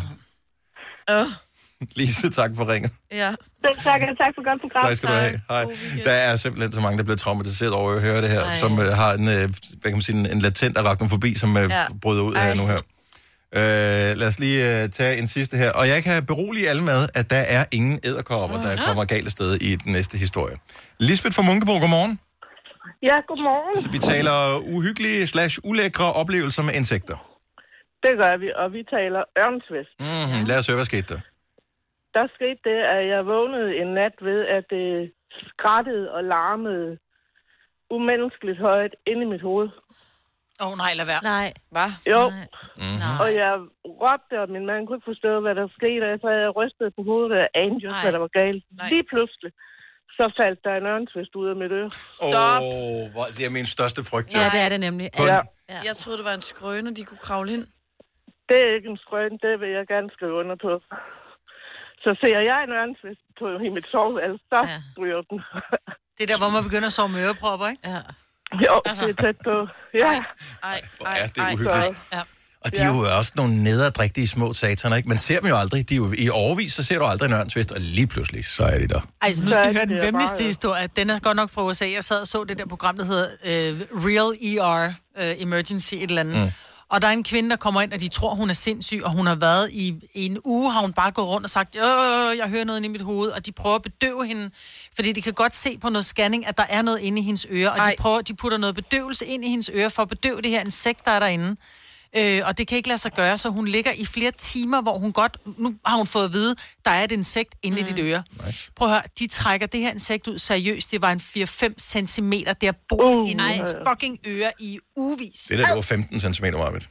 Lise, tak for ringet. Ja. Tak for godt program. Tak skal du have. Hej. Der er simpelthen så mange, der bliver traumatiseret over at høre det her, som har en, hvad kan man sige, en latent arachnofobi, som bryder ud her nu her. Lad os lige tage en sidste her. Og jeg kan berolige alle med, at der er ingen edderkopper, der kommer galt af sted i den næste historie. Lisbeth fra Munkebo, godmorgen. Ja, godmorgen. Så vi taler uhyggelige / ulækre oplevelser med insekter. Det gør vi, og vi taler ørnsvæst. Lad os høre, hvad skete der? Der skete det, at jeg vågnede en nat ved, at det skrattede og larmede umenneskeligt højt inde i mit hoved. Nej, lad være. Nej. Hvad? Jo. Mm-hmm. Og jeg råbte, og min mand kunne ikke forstå, hvad der skete, og så jeg rystede på hovedet af Angel, hvad der var galt. Lige pludselig, så faldt der en ørntvist ud af mit øre. Stop! Det er min største frygt. Ja, det er det nemlig. Ja. Jeg troede, det var en skrøne, de kunne kravle ind. Det er ikke en skrøn, det vil jeg gerne skrive under på. Så ser jeg en ørntvist i mit soveværelse, så ryger den. Det er der, hvor man begynder at sove med ørepropper, ikke? Ja. Jo, det er tæt på. Ja. Det er uhyggeligt. Ja. Og de er jo også nogle nederdrægtige små sataner, ikke? Man ser dem jo aldrig. De er jo, i årevis, så ser du aldrig en ørntvist, og lige pludselig, så er de der. Altså, nu skal vi høre den vemmeligste historie. Den er godt nok fra USA. Jeg sad og så det der program, der hedder Real ER, Emergency et eller andet. Og der er en kvinde, der kommer ind, og de tror, hun er sindssyg, og hun har været i en uge, har hun bare gået rundt og sagt, jeg hører noget inde i mit hoved, og de prøver at bedøve hende, fordi de kan godt se på noget scanning, at der er noget inde i hendes øre, og de putter noget bedøvelse ind i hendes øre, for at bedøve det her insekt, der er derinde. Og det kan ikke lade sig gøre, så hun ligger i flere timer, hvor hun nu har hun fået at vide, der er et insekt inde i dit øre. Nice. Prøv at høre, de trækker det her insekt ud seriøst. Det var en 4-5 centimeter, der boede inde i hendes fucking øre i ugevis. Det der var 15 centimeter, Marvitt.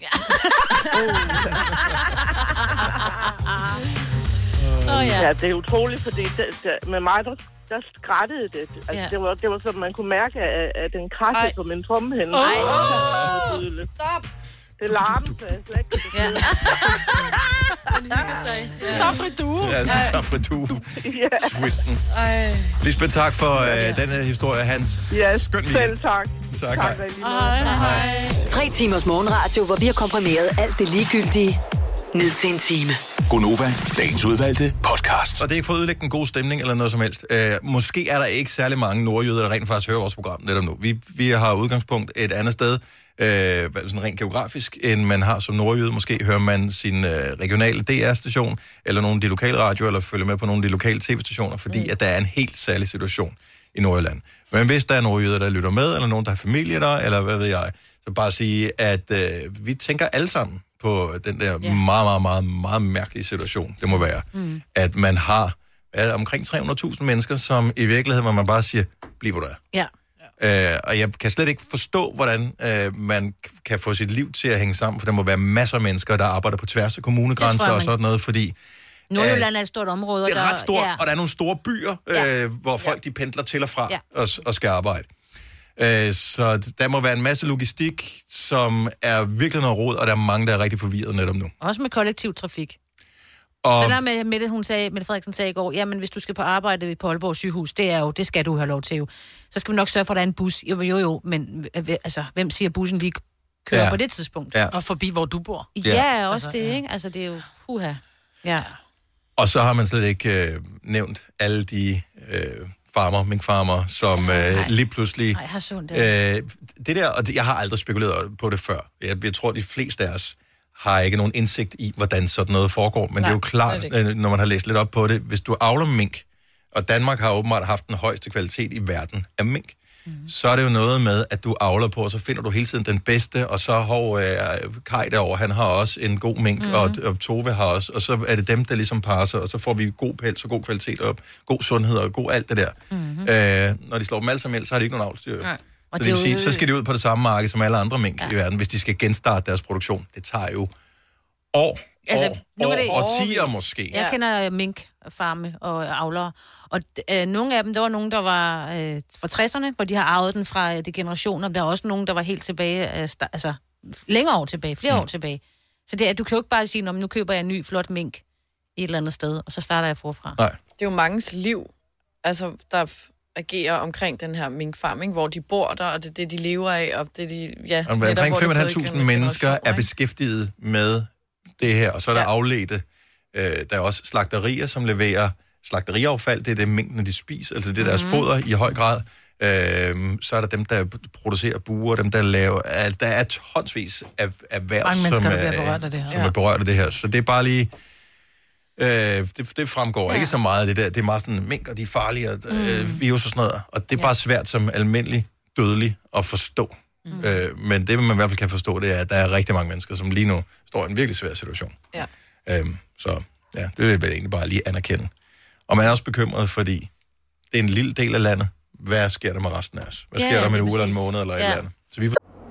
Ja, det er utroligt, fordi med mig, der skrættede det. Altså, det var sådan, man kunne mærke, at den krassede på min trommehænde. Stop! Det larmede, så jeg slet ikke. Safridue. Ja, Safridue. Twisten. Lisbeth, tak for denne historie. Hans skøn weekend. Selv tak. Tak. Hej. 3 timers morgenradio, hvor vi har komprimeret alt det ligegyldige ned til en time. Gonova, dagens udvalgte podcast. Og det er ikke for at ødelægge en god stemning eller noget som helst. Måske er der ikke særlig mange nordjyder, der rent faktisk hører vores program netop nu. Vi har udgangspunkt et andet sted, sådan rent geografisk, end man har som nordjyde. Måske hører man sin regionale DR-station, eller nogle af de lokale radioer, eller følger med på nogle af de lokale tv-stationer, fordi at der er en helt særlig situation i Nordjylland. Men hvis der er nordjyder, der lytter med, eller nogen, der har familie der, eller hvad ved jeg, så bare sige, at vi tænker alle sammen på den der meget, meget, meget, meget mærkelige situation, det må være. At man har omkring 300.000 mennesker, som i virkeligheden, hvor man bare siger, bliv hvor du er. Ja. Og jeg kan slet ikke forstå, hvordan man kan få sit liv til at hænge sammen, for der må være masser af mennesker, der arbejder på tværs af kommunegrænser og sådan noget, fordi Nordjylland er et stort område. Det er ret stort, og der er nogle store byer, hvor folk de pendler til og fra og skal arbejde. Så der må være en masse logistik, som er virkelig noget rod, og der er mange, der er rigtig forvirret netop nu. Også med kollektiv trafik. Og så der med Mette Frederiksen sagde i går, jamen hvis du skal på arbejde på Aalborg sygehus, det skal du have lov til jo. Så skal vi nok sørge for, at der er en bus. Jo, men altså, hvem siger, bussen lige kører på det tidspunkt? Ja. Og forbi, hvor du bor. Ja, også det, ikke? Altså, det er jo puha. Ja. Og så har man slet ikke nævnt alle de minkfarmer, som lige pludselig... det der, og jeg har aldrig spekuleret på det før. Jeg tror, de fleste af os har ikke nogen indsigt i, hvordan sådan noget foregår. Men det er jo klart, når man har læst lidt op på det, hvis du avler mink, og Danmark har åbenbart haft den højeste kvalitet i verden af mink, så er det jo noget med, at du avler på, og så finder du hele tiden den bedste, og så har Kai derovre, han har også en god mink, og Tove har også, og så er det dem, der ligesom passer, og så får vi god pels og god kvalitet, og god sundhed, og god alt det der. Når de slår dem alle sammen ihjel, så har de ikke nogen avlsdyr. Så det vil sige, så skal de ud på det samme marked som alle andre mink i verden, hvis de skal genstarte deres produktion. Det tager jo årtier måske. Jeg kender minkfarme og avlere, og nogle af dem, der var nogen, der var fra 60'erne, hvor de har arvet den fra de generationer. Der er også nogen, der var helt tilbage, altså længere år tilbage, flere år tilbage. Så det er, du kan jo ikke bare sige, nu køber jeg en ny flot mink et eller andet sted, og så starter jeg forfra. Nej. Det er jo manges liv, altså der agerer omkring den her minkfarm, ikke? Hvor de bor der, og det er det, de lever af, og det de, omkring 5.500 mennesker er beskæftiget med det her, og så er der afledte. Der er også slagterier, som leverer slagteriaffald, det er det mængden, de spiser, altså det er deres foder i høj grad. Så er der dem, der producerer buer, dem, der laver... Altså, der er tonsvis af erhverv, som er berørt af det her. Så det er bare lige... Det fremgår ikke så meget af det der. Det er meget sådan, mink, og de er farlige, og virus og sådan noget. Og det er bare svært som almindelig dødelig at forstå. Men det, man i hvert fald kan forstå, det er, at der er rigtig mange mennesker, som lige nu står i en virkelig svær situation. Ja. Så ja, det vil jeg vel egentlig bare lige anerkende. Og man er også bekymret, fordi det er en lille del af landet. Hvad sker der med resten af os? Hvad sker der med en uge eller en måned eller et eller andet? Så vi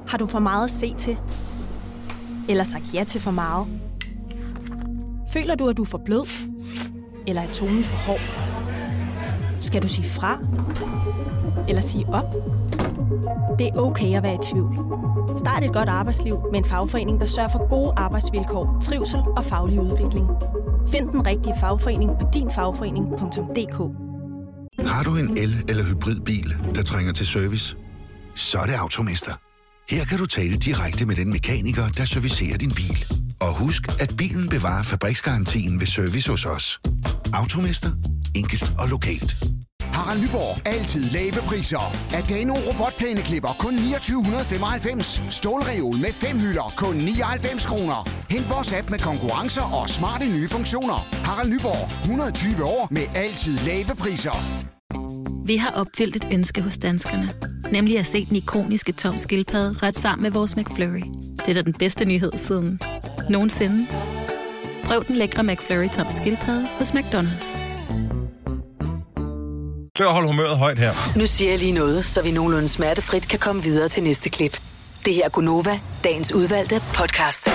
Har du for meget at se til? Eller sagt ja til for meget? Føler du, at du er for blød? Eller er tonen for hård? Skal du sige fra? Eller sige op? Det er okay at være i tvivl. Start et godt arbejdsliv med en fagforening, der sørger for gode arbejdsvilkår, trivsel og faglig udvikling. Find den rigtige fagforening på dinfagforening.dk. Har du en el- eller hybridbil, der trænger til service? Så er det Automester. Her kan du tale direkte med den mekaniker, der servicerer din bil. Og husk, at bilen bevarer fabriksgarantien ved service hos os. Automester. Enkelt og lokalt. Harald Nyborg. Altid lave priser. Adano robotplæneklipper kun 2995. Stålreol med 5 hylder kun 99 kroner. Hent vores app med konkurrencer og smarte nye funktioner. Harald Nyborg. 120 år med altid lave priser. Vi har opfyldt et ønske hos danskerne. Nemlig at se den ikoniske Tom Skildpadde ret sammen med vores McFlurry. Det er da den bedste nyhed siden nogensinde. Prøv den lækre McFlurry Tom Skildpadde hos McDonald's. Prøv at holde humøret højt her. Nu siger jeg lige noget, så vi nogenlunde smertefrit kan komme videre til næste klip. Det her er Gunova, dagens udvalgte podcast.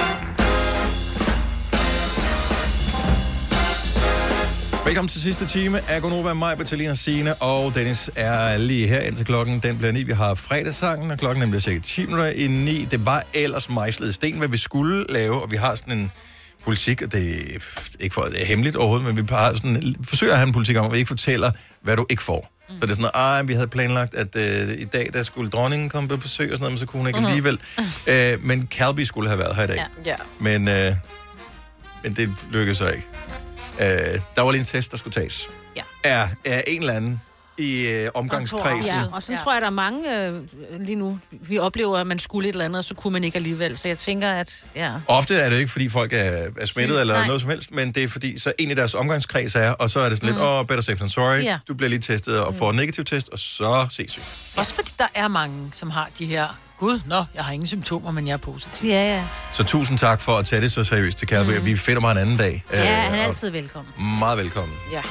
Velkommen til sidste time af Gunova. Mig, Bettelina, Signe og Dennis er lige her indtil klokken. Den bliver 9. Vi har fredagssangen, og klokken bliver cirka 10 minutter i 9. Det var ellers mejslet sten, hvad vi skulle lave, og vi har sådan en politik, og det er ikke for, det er hemmeligt overhovedet, men vi har sådan, forsøger at have en politik om, at vi ikke fortæller, hvad du ikke får. Så det er sådan noget, vi havde planlagt, at i dag, der skulle dronningen komme på besøg og sådan noget, men så kunne hun ikke alligevel. Men Calby skulle have været her i dag. Ja. Men det lykkedes så ikke. Der var lige en test, der skulle tages. Ja. Er en eller anden i omgangskredsen. Ja, og så tror jeg, der er mange lige nu, vi oplever, at man skulle et eller andet, og så kunne man ikke alligevel. Så jeg tænker, at ja. Ofte er det ikke, fordi folk er smittet eller noget som helst, men det er fordi, så en i deres omgangskreds er, og så er det sådan lidt, better safe than sorry. Ja. Du bliver lige testet og får en negativ test, og så ses vi. Også fordi der er mange, som har de her, jeg har ingen symptomer, men jeg er positiv. Ja. Så tusind tak for at tage det så seriøst til Calby. Vi finder mig en anden dag. Ja, han er altid velkommen. Meget velkommen. Ja.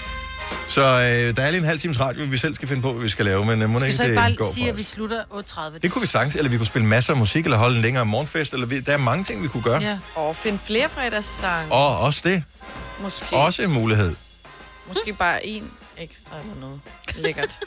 Så der er lige en halv times radio, vi selv skal finde på, hvad vi skal lave, men må skal ikke så det bare går sige, at vi slutter 8.30? Det kunne vi sagtens, eller vi kunne spille masser af musik, eller holde en længere morgenfest, eller der er mange ting, vi kunne gøre. Ja. Og finde flere fredagssange. Og også det. Måske. Også en mulighed. Måske bare en ekstra eller noget. Lækkert.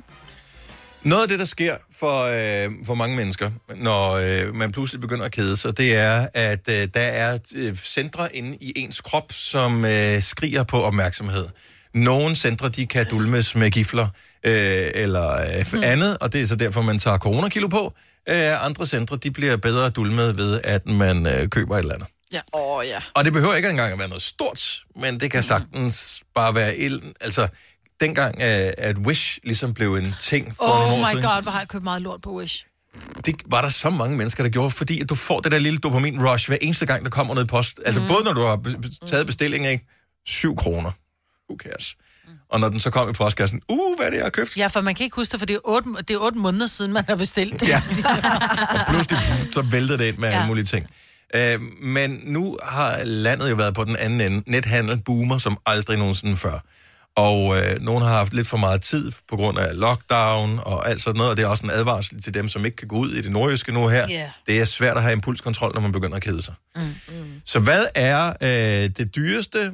Noget af det, der sker for mange mennesker, når man pludselig begynder at kede sig, det er, at der er centre inde i ens krop, som skriger på opmærksomhed. Nogle centre, de kan dulmes med gifler eller andet, og det er så derfor, man tager coronakilo på. Andre centre, de bliver bedre dulmet ved, at man køber et eller andet. Ja. Ja. Og det behøver ikke engang at være noget stort, men det kan sagtens bare være altså dengang, at Wish ligesom blev en ting for nogle år siden. Oh my god, hvor har jeg købt meget lort på Wish. Det var der så mange mennesker, der gjorde, fordi at du får det der lille dopamin-rush hver eneste gang, der kommer noget post. Altså både når du har taget bestilling af 7 kroner. Who cares? Og når den så kom i postkassen, hvad er det, jeg har købt? Ja, for man kan ikke huske det, for det er 8 måneder siden, man har bestilt det. Ja, og pludselig så væltede det ind med alle mulige ting. Men nu har landet jo været på den anden ende. Nethandel boomer som aldrig nogensinde før. Og nogen har haft lidt for meget tid på grund af lockdown og alt sådan noget, og det er også en advarsel til dem, som ikke kan gå ud i det nordjyske nu her. Yeah. Det er svært at have impulskontrol, når man begynder at kede sig. Så hvad er det dyreste,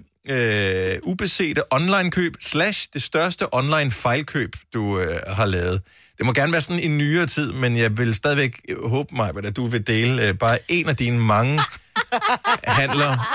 ubesete online-køb / det største online-fejlkøb, du har lavet? Det må gerne være sådan i nyere tid, men jeg vil stadigvæk håbe mig, at du vil dele bare en af dine mange handler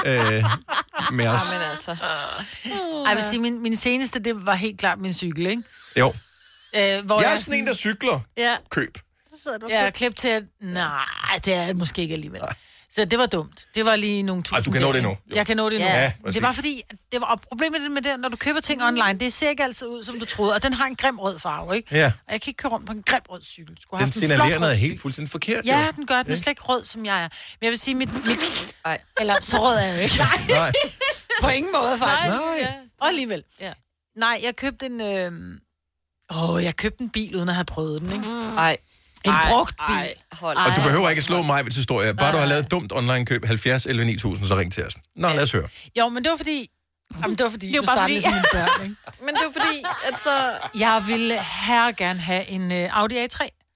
med os. Men altså. Jeg vil sige, min seneste, det var helt klart min cykel, ikke? Jo. Hvor jeg er sådan en, der cykler. Ja. Køb. Ja, klip til, nej, det er måske ikke alligevel. Nej. Så det var dumt. Det var lige nogle tusind. Du kan nå det nu. Jo. Jeg kan nå det nu. Ja, det var fordi, og problemet med det, når du køber ting online, det ser ikke altid ud, som du troede, og den har en grim rød farve, ikke? Ja. Og jeg kan ikke køre rundt på en grim rød cykel. Den signalerer noget helt fuldstændig forkert, ja, den gør. Den er slet ikke rød, som jeg er. Men jeg vil sige, eller så rød er jeg jo ikke. Nej. På ingen måde, faktisk. Nej. Ja. Og alligevel. Ja. Nej, jeg købte en bil, uden at have prøvet den, ikke? Nej. En brugt bil. Og du behøver ikke at slå mig ved historie. Bare du har lavet et dumt online-køb, 70 11 9000, så ring til os. Nå, lad os høre. Jo, men det var fordi... Jamen, det var fordi, du startede som mine børn, ikke? Men det var fordi, at så... Jeg ville gerne have en Audi A3.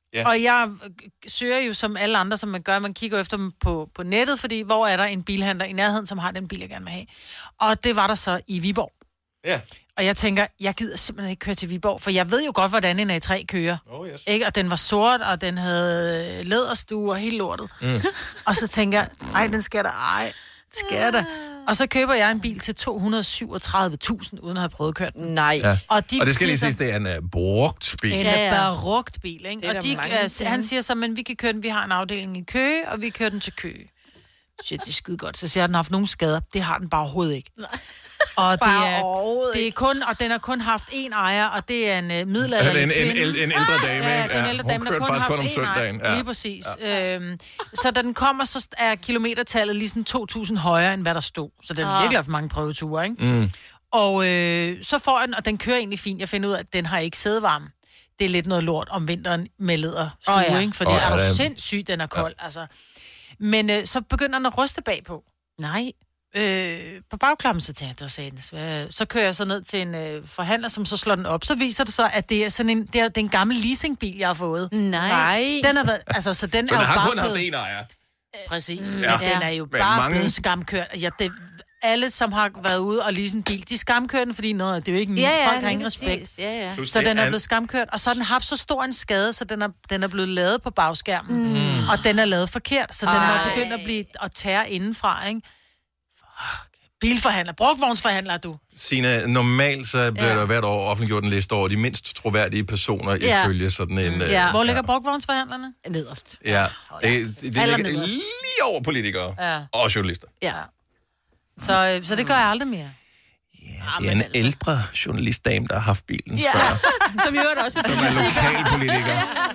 Ja. Og jeg søger jo som alle andre, som man gør, man kigger efter dem på nettet, fordi hvor er der en bilhandler i nærheden, som har den bil, jeg gerne vil have. Og det var der så i Viborg. Ja. Og jeg tænker, jeg gider simpelthen ikke køre til Viborg, for jeg ved jo godt, hvordan en A3 kører. Yes. Ikke? Og den var sort, og den havde læderstue og helt lortet. Og så tænker jeg, den skal der. Og så køber jeg en bil til 237.000, uden at have prøvet at køre den. Nej. Ja. Og det skal lige siges, det er en brugt bil. En brugt bil, ikke? Og han siger så, men vi kan køre den, vi har en afdeling i Køge, og vi kører den til Køge. Shit, det er skide godt. Så siger den har haft nogle skader. Det har den bare overhovedet ikke. Nej. Og det er kun, og den har kun haft én ejer, og det er en middelalderlig kvinde. En ældre dame, ja, den ældre dame, der kun har haft én ejer. Ja. Lige præcis. Ja. Så da den kommer, så er kilometertallet lige sådan 2.000 højere, end hvad der stod. Så den har virkelig haft mange prøveture, ikke? Og så får den, og den kører egentlig fint. Jeg finder ud af, at den har ikke sædevarme. Det er lidt noget lort om vinteren med læderstue, ikke? Fordi er du sindssygt, den er kold, altså. Men så begynder den at ryste bagpå. Nej. På bagklappen, så tænkte jeg, så kører jeg så ned til en forhandler, som så slår den op. Så viser det så, at det er sådan en, det er en gammel leasingbil, jeg har fået. Nej. Den har været, altså, så den så er den jo har bare kun haft en ejer. Præcis. Men den er jo bare blevet skamkørt. Alle, som har været ude og lease en bil, de skamkører den, fordi det er jo ikke folk har ingen respekt. Ja. Så den er blevet skamkørt, og så har den haft så stor en skade, så den er blevet lavet på bagskærmen. Og den er lavet forkert, så den er begyndt at blive at tære indenfra, ikke? Bilforhandler, brugvognsforhandler du. Signe, normalt så bliver der hvert år offentliggjort en liste over de mindst troværdige personer ifølge sådan en... Hvor ligger brugvognsforhandlerne? Nederst. Ja, det ligger lige over politikere og journalister. Ja. Så det gør jeg aldrig mere. Ja, det er en ældre journalistdame, der har haft bilen før. Som jo også er lokalpolitiker.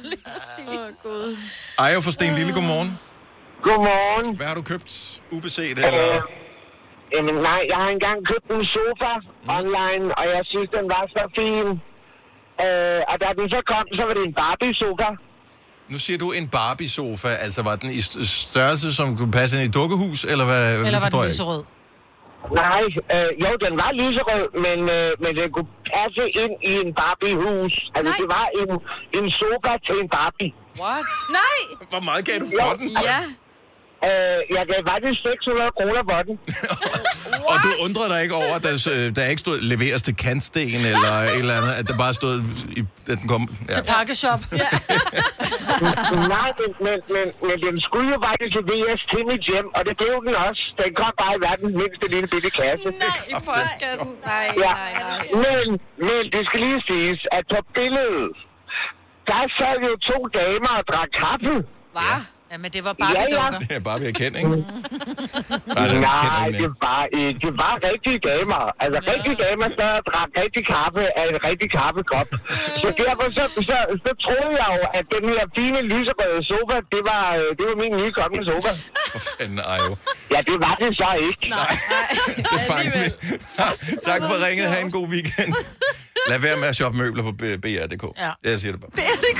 Ejo fra Sten Lille, godmorgen. Godmorgen. Hvad har du købt? UBC'et eller... Jamen nej, jeg har engang købt en sofa online, og jeg synes, den var så fin. Og da den så kom, så var det en Barbie-sofa. Nu siger du en Barbie-sofa, altså var den i størrelse, som kunne passe ind i et dukkehus, eller hvad? Eller var den lyserød? Nej, jo, den var lyserød, men den kunne passe ind i en Barbie-hus. Altså, det var en sofa til en Barbie. What? Nej! Hvor meget gav du for den? Ja. Jeg gav faktisk 600 kroner for den. Og du undrede dig ikke over, at der ikke stod leveres til kantsten eller et eller andet, at der bare stod, at den kom... Ja. Til pakkeshop. Ja. Nej, men den skulle jo faktisk leveres til mit hjem, og det blev den også. Den kom bare i verdens mindste lille bitte kasse. Nej, i postkassen. Nej. Men det skal lige siges, at på billedet, der sad jo 2 damer og drak kaffe. Hvad? Ja, men det var Barbie-dukker. Det er Barbie, jeg kender, ikke? Nej, det var rigtige damer. Altså, rigtige damer, der drak rigtig kaffe af en rigtig kaffekop. Så derfor så troede jeg jo, at den her fine lyserøde sofa, det var min nye kommende sofa. Hvor fanden er jo? Ja, det var det så ikke. Nej. Det fangede vi. Tak for ringet. Ha' en god weekend. Lad være med at shoppe møbler på BR.dk. Ja. Jeg siger det bare. BR.dk?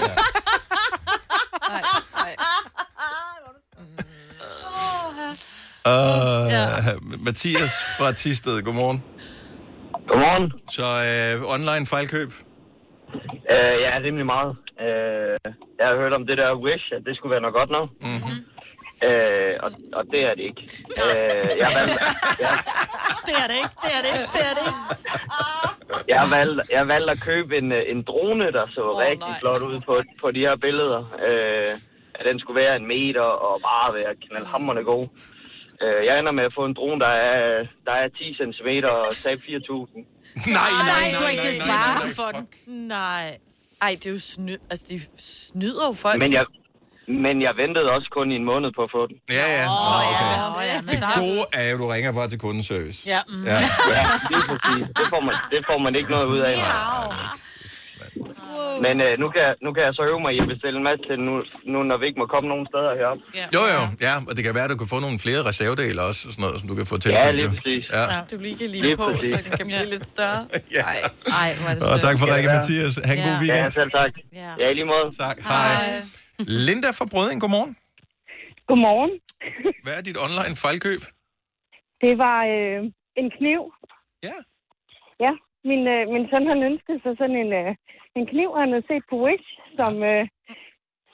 Mathias fra Thisted, godmorgen. Godmorgen. Så online fejlkøb? Ja, rimelig meget. Jeg har hørt om det der Wish, at det skulle være noget godt noget. Mm-hmm. Og det er det ikke. Jeg valgte at købe en drone, der så rigtig flot ud på de her billeder. At den skulle være 1 meter og bare være knaldhamrende god. Jeg ender med at få en drone, der er 10 cm og tabe 4.000. Nej, du har ikke givet 4.000 for den. Nej. Ej, det er jo altså de snyder jo folk. Men jeg ventede også kun i en måned på at få den. Ja. Ja. Det gode er jo, du ringer bare til kundeservice. Ja. Ja, det er præcis. Det får man ikke noget ud af. Men nu kan jeg så øve mig i at bestille en masse til nu, når vi ikke må komme nogen steder heroppe. Jo. Ja, og det kan være, at du kan få nogle flere reservedele også, sådan noget, som du kan få tilsendt. Ja, lige præcis. Ja. Du lige kan lide på, præcis. Så den kan blive lidt større. Ej, hvor er det sødt. Og tak for ringen, Mathias. Ha' en god weekend. Ja, selv tak. Ja, i lige måde. Tak. Hej. Linda fra Brødring, godmorgen. Godmorgen. Hvad er dit online fejlkøb? Det var en kniv. Ja. Ja, min søn han ønskede sig sådan en kniv, han havde set på Wish, som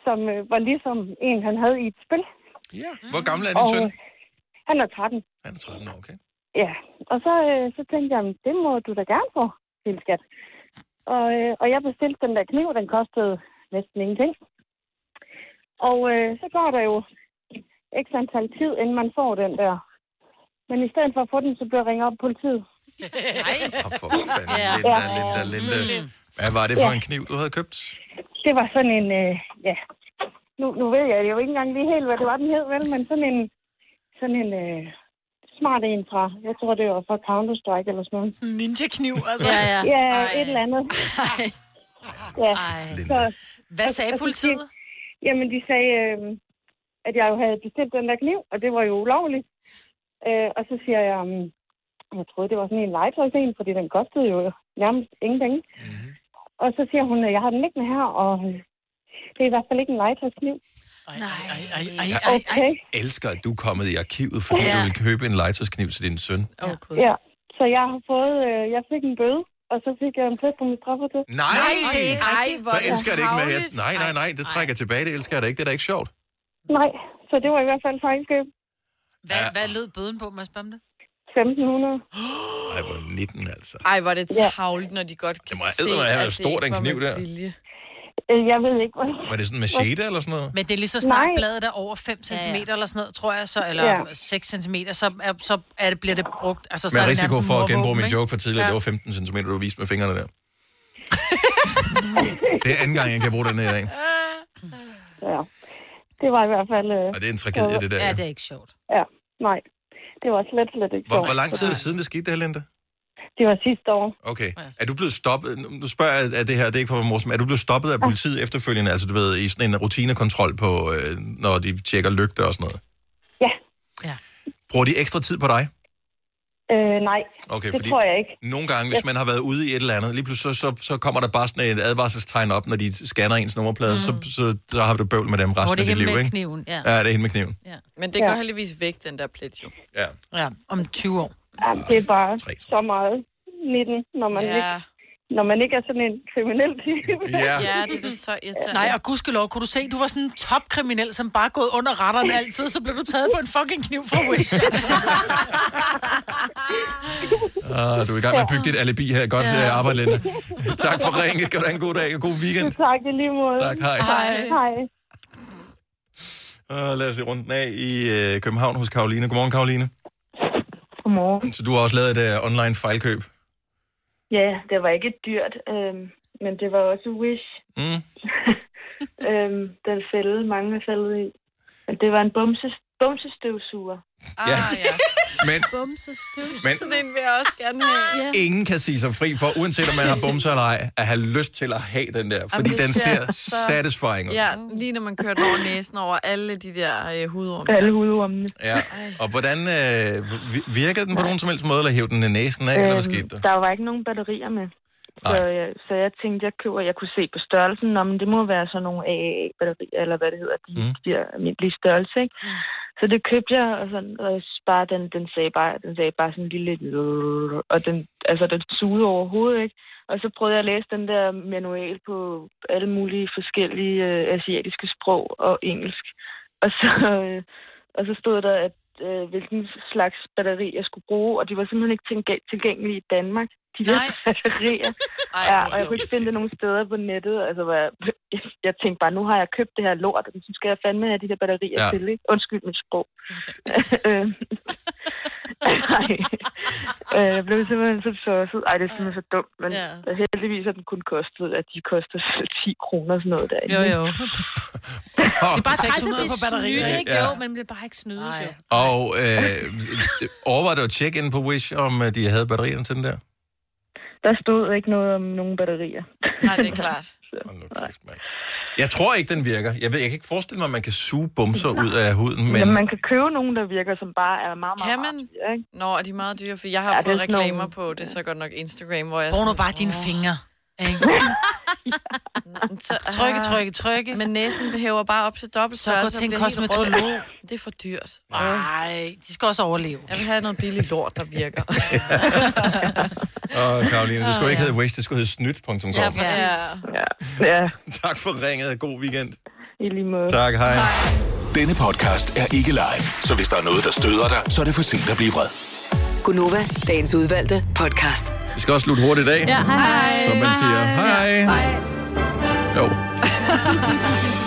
som var ligesom en, han havde i et spil. Ja. Hvor gammel er din søn? Han er 13. Han er 13 år, okay. Ja, og så tænkte jeg, det må du da gerne få, lille skat. Og jeg bestilte den der kniv, den kostede næsten ingenting. Og så går der jo x antal tid, inden man får den der. Men i stedet for at få den, så bliver jeg ringet op på politiet. Nej. For fanden, Linda. Hvad var det for en kniv, du havde købt? Det var sådan en, nu ved jeg jo ikke engang lige helt, hvad det var, den hed, vel? Men sådan en smart en fra, jeg tror, det var fra Counter-Strike eller sådan noget. Sådan en ninja-kniv, altså. Ja, et eller andet. Ja. Så, hvad sagde politiet? Jamen, de sagde, at jeg jo havde bestilt den der kniv, og det var jo ulovligt. Og så siger jeg troede, det var sådan en legetøjsen, fordi den kostede jo nærmest ingen penge. Mm-hmm. Og så siger hun, jeg har den liggende her, og det er i hvert fald ikke en legetøjskniv. Jeg elsker, at du er kommet i arkivet, fordi du vil købe en legetøjskniv til din søn. Ja, så jeg har fået, jeg fik en bøde, og så fik jeg en plet på min straffetid. Nej, det er ikke rigtigt. Så elsker jeg det ikke med. Nej, det trækker tilbage, det elsker jeg da ikke. Det er da ikke sjovt. Nej, så det var i hvert fald fejlskab. Hvad lød bøden på, Mads Bamde? 1.500. Ej, hvor 19 altså. Ej, hvor er det tavligt, når de godt kan se, at det stor, den kniv der. Jeg ved ikke, hvad. Var det sådan en machete eller sådan noget? Men det er lige så snart bladet der over 5 cm eller sådan noget, tror jeg, så, eller 6 cm, så bliver det brugt. Altså, med risiko for at genbruge min joke for tidligere, det var 15 cm, du viste med fingrene der. Det er anden gang, jeg kan bruge den her i dag. Ja, det var i hvert fald... Og det er en tragedie, det der. Ja, det er ikke sjovt. Ja, nej. Det var slet ikke sjovt. Hvor lang tid er det siden, det skete, det her, Linda? Det var sidste år. Okay. Er du blevet stoppet? Nu spørger jeg af det her, det er ikke for at være morsom. Er du blevet stoppet af politiet efterfølgende? Altså, du ved, i sådan en rutinekontrol på, når de tjekker lygter og sådan noget? Ja. Bruger de ekstra tid på dig? Nej, okay, det tror jeg ikke. Nogle gange, hvis man har været ude i et eller andet, lige pludselig så kommer der bare sådan et advarselstegn op, når de scanner ens nummerplade, så har du bøvl med dem resten af dit liv, ikke? Kniven, ja, det er hende med kniven. Ja. Men det går heldigvis væk, den der plet jo. Ja, om 20 år. Ja, det er bare så meget 19, når man ikke er sådan en kriminel type. Ja, det er så irriterende. Nej, og gudskelov, kunne du se, du var sådan en topkriminel, som bare gået under retterne altid, så blev du taget på en fucking kniv fra Wish. Du er i gang med at bygge dit alibi her. Godt arbejde, Linda. Tak for ringet. Kan du have en god dag og god weekend. Tak, i lige måde. Tak, hej. Lad os se rundt af i København hos Karoline. Godmorgen, Karoline. Godmorgen. Så du har også lavet et online fejlkøb? Ja, det var ikke dyrt, men det var også Wish. Den fælde, mange er faldet i. Men det var en bumsestøvsuger. Ja. Men sådan en vil jeg også gerne have. Ingen kan sige sig fri for, uanset om man har bumser eller ej, at have lyst til at have den der. Fordi den ser satisfying ud. Ja, lige når man kører den over næsen over alle de der hudorme. Alle hudormene. Ja, og hvordan virkede den på nogen som helst måde, eller hævde den i næsen af, eller hvad skete der? Der var ikke nogen batterier med. Så jeg tænkte, jeg kunne se på størrelsen, men det må være sådan nogle AA-batterier, eller hvad det hedder, de der almindelige størrelse, ikke? Så det købte jeg, og bare den sagde bare sådan en lille, og den sugede overhovedet, ikke? Og så prøvede jeg at læse den der manual på alle mulige forskellige asiatiske sprog og engelsk. Og så stod der, at hvilken slags batteri jeg skulle bruge, og de var simpelthen ikke tilgængelige i Danmark. De der batterier. Og jeg kunne ikke finde det nogen steder på nettet. Altså, jeg tænkte bare, nu har jeg købt det her lort, og så skal jeg fandme have de der batterier til, ikke? Undskyld mit sprog. Jeg blev simpelthen så tosset. Ej, det er simpelthen så dumt, men heldigvis har den kun kostet, at de koster 10 kroner sådan noget der. Jo. Det er bare 600 på batteriet, ikke? Jo, men det er bare ikke snydes, jo. Og overvejede du at tjekke ind på Wish, om de havde batterierne til den der? Der stod ikke noget om nogen batterier. Nej, det er klart. Jeg tror ikke, den virker. Jeg kan ikke forestille mig, at man kan suge bumser ud af huden. Men... Jamen, man kan købe nogen, der virker, som bare er meget, meget kan man? Dyre, ikke? Nå, er de meget dyre? For jeg har fået reklamer på, det er så godt nok Instagram, hvor jeg... Brug nu bare dine fingre. Trykke. Men næsen behøver bare op til dobbelt størrelse. Så gå til en kosmetolog. Det er for dyrt. Nej, de skal også overleve. Jeg vil have noget billigt lort, der virker. Karoline, det skulle ikke hedde Wish, det skulle hedde snyt.com. Ja, præcis. Ja. Tak for ringet. God weekend. I lige måde. Tak, hej. Denne podcast er ikke live, så hvis der er noget, der støder dig, så er det for sent at blive vred. Gunova, dagens udvalgte podcast. Vi skal også slutte hurtigt i dag. Ja, hej. Som man siger. Hej. Hej. Jo.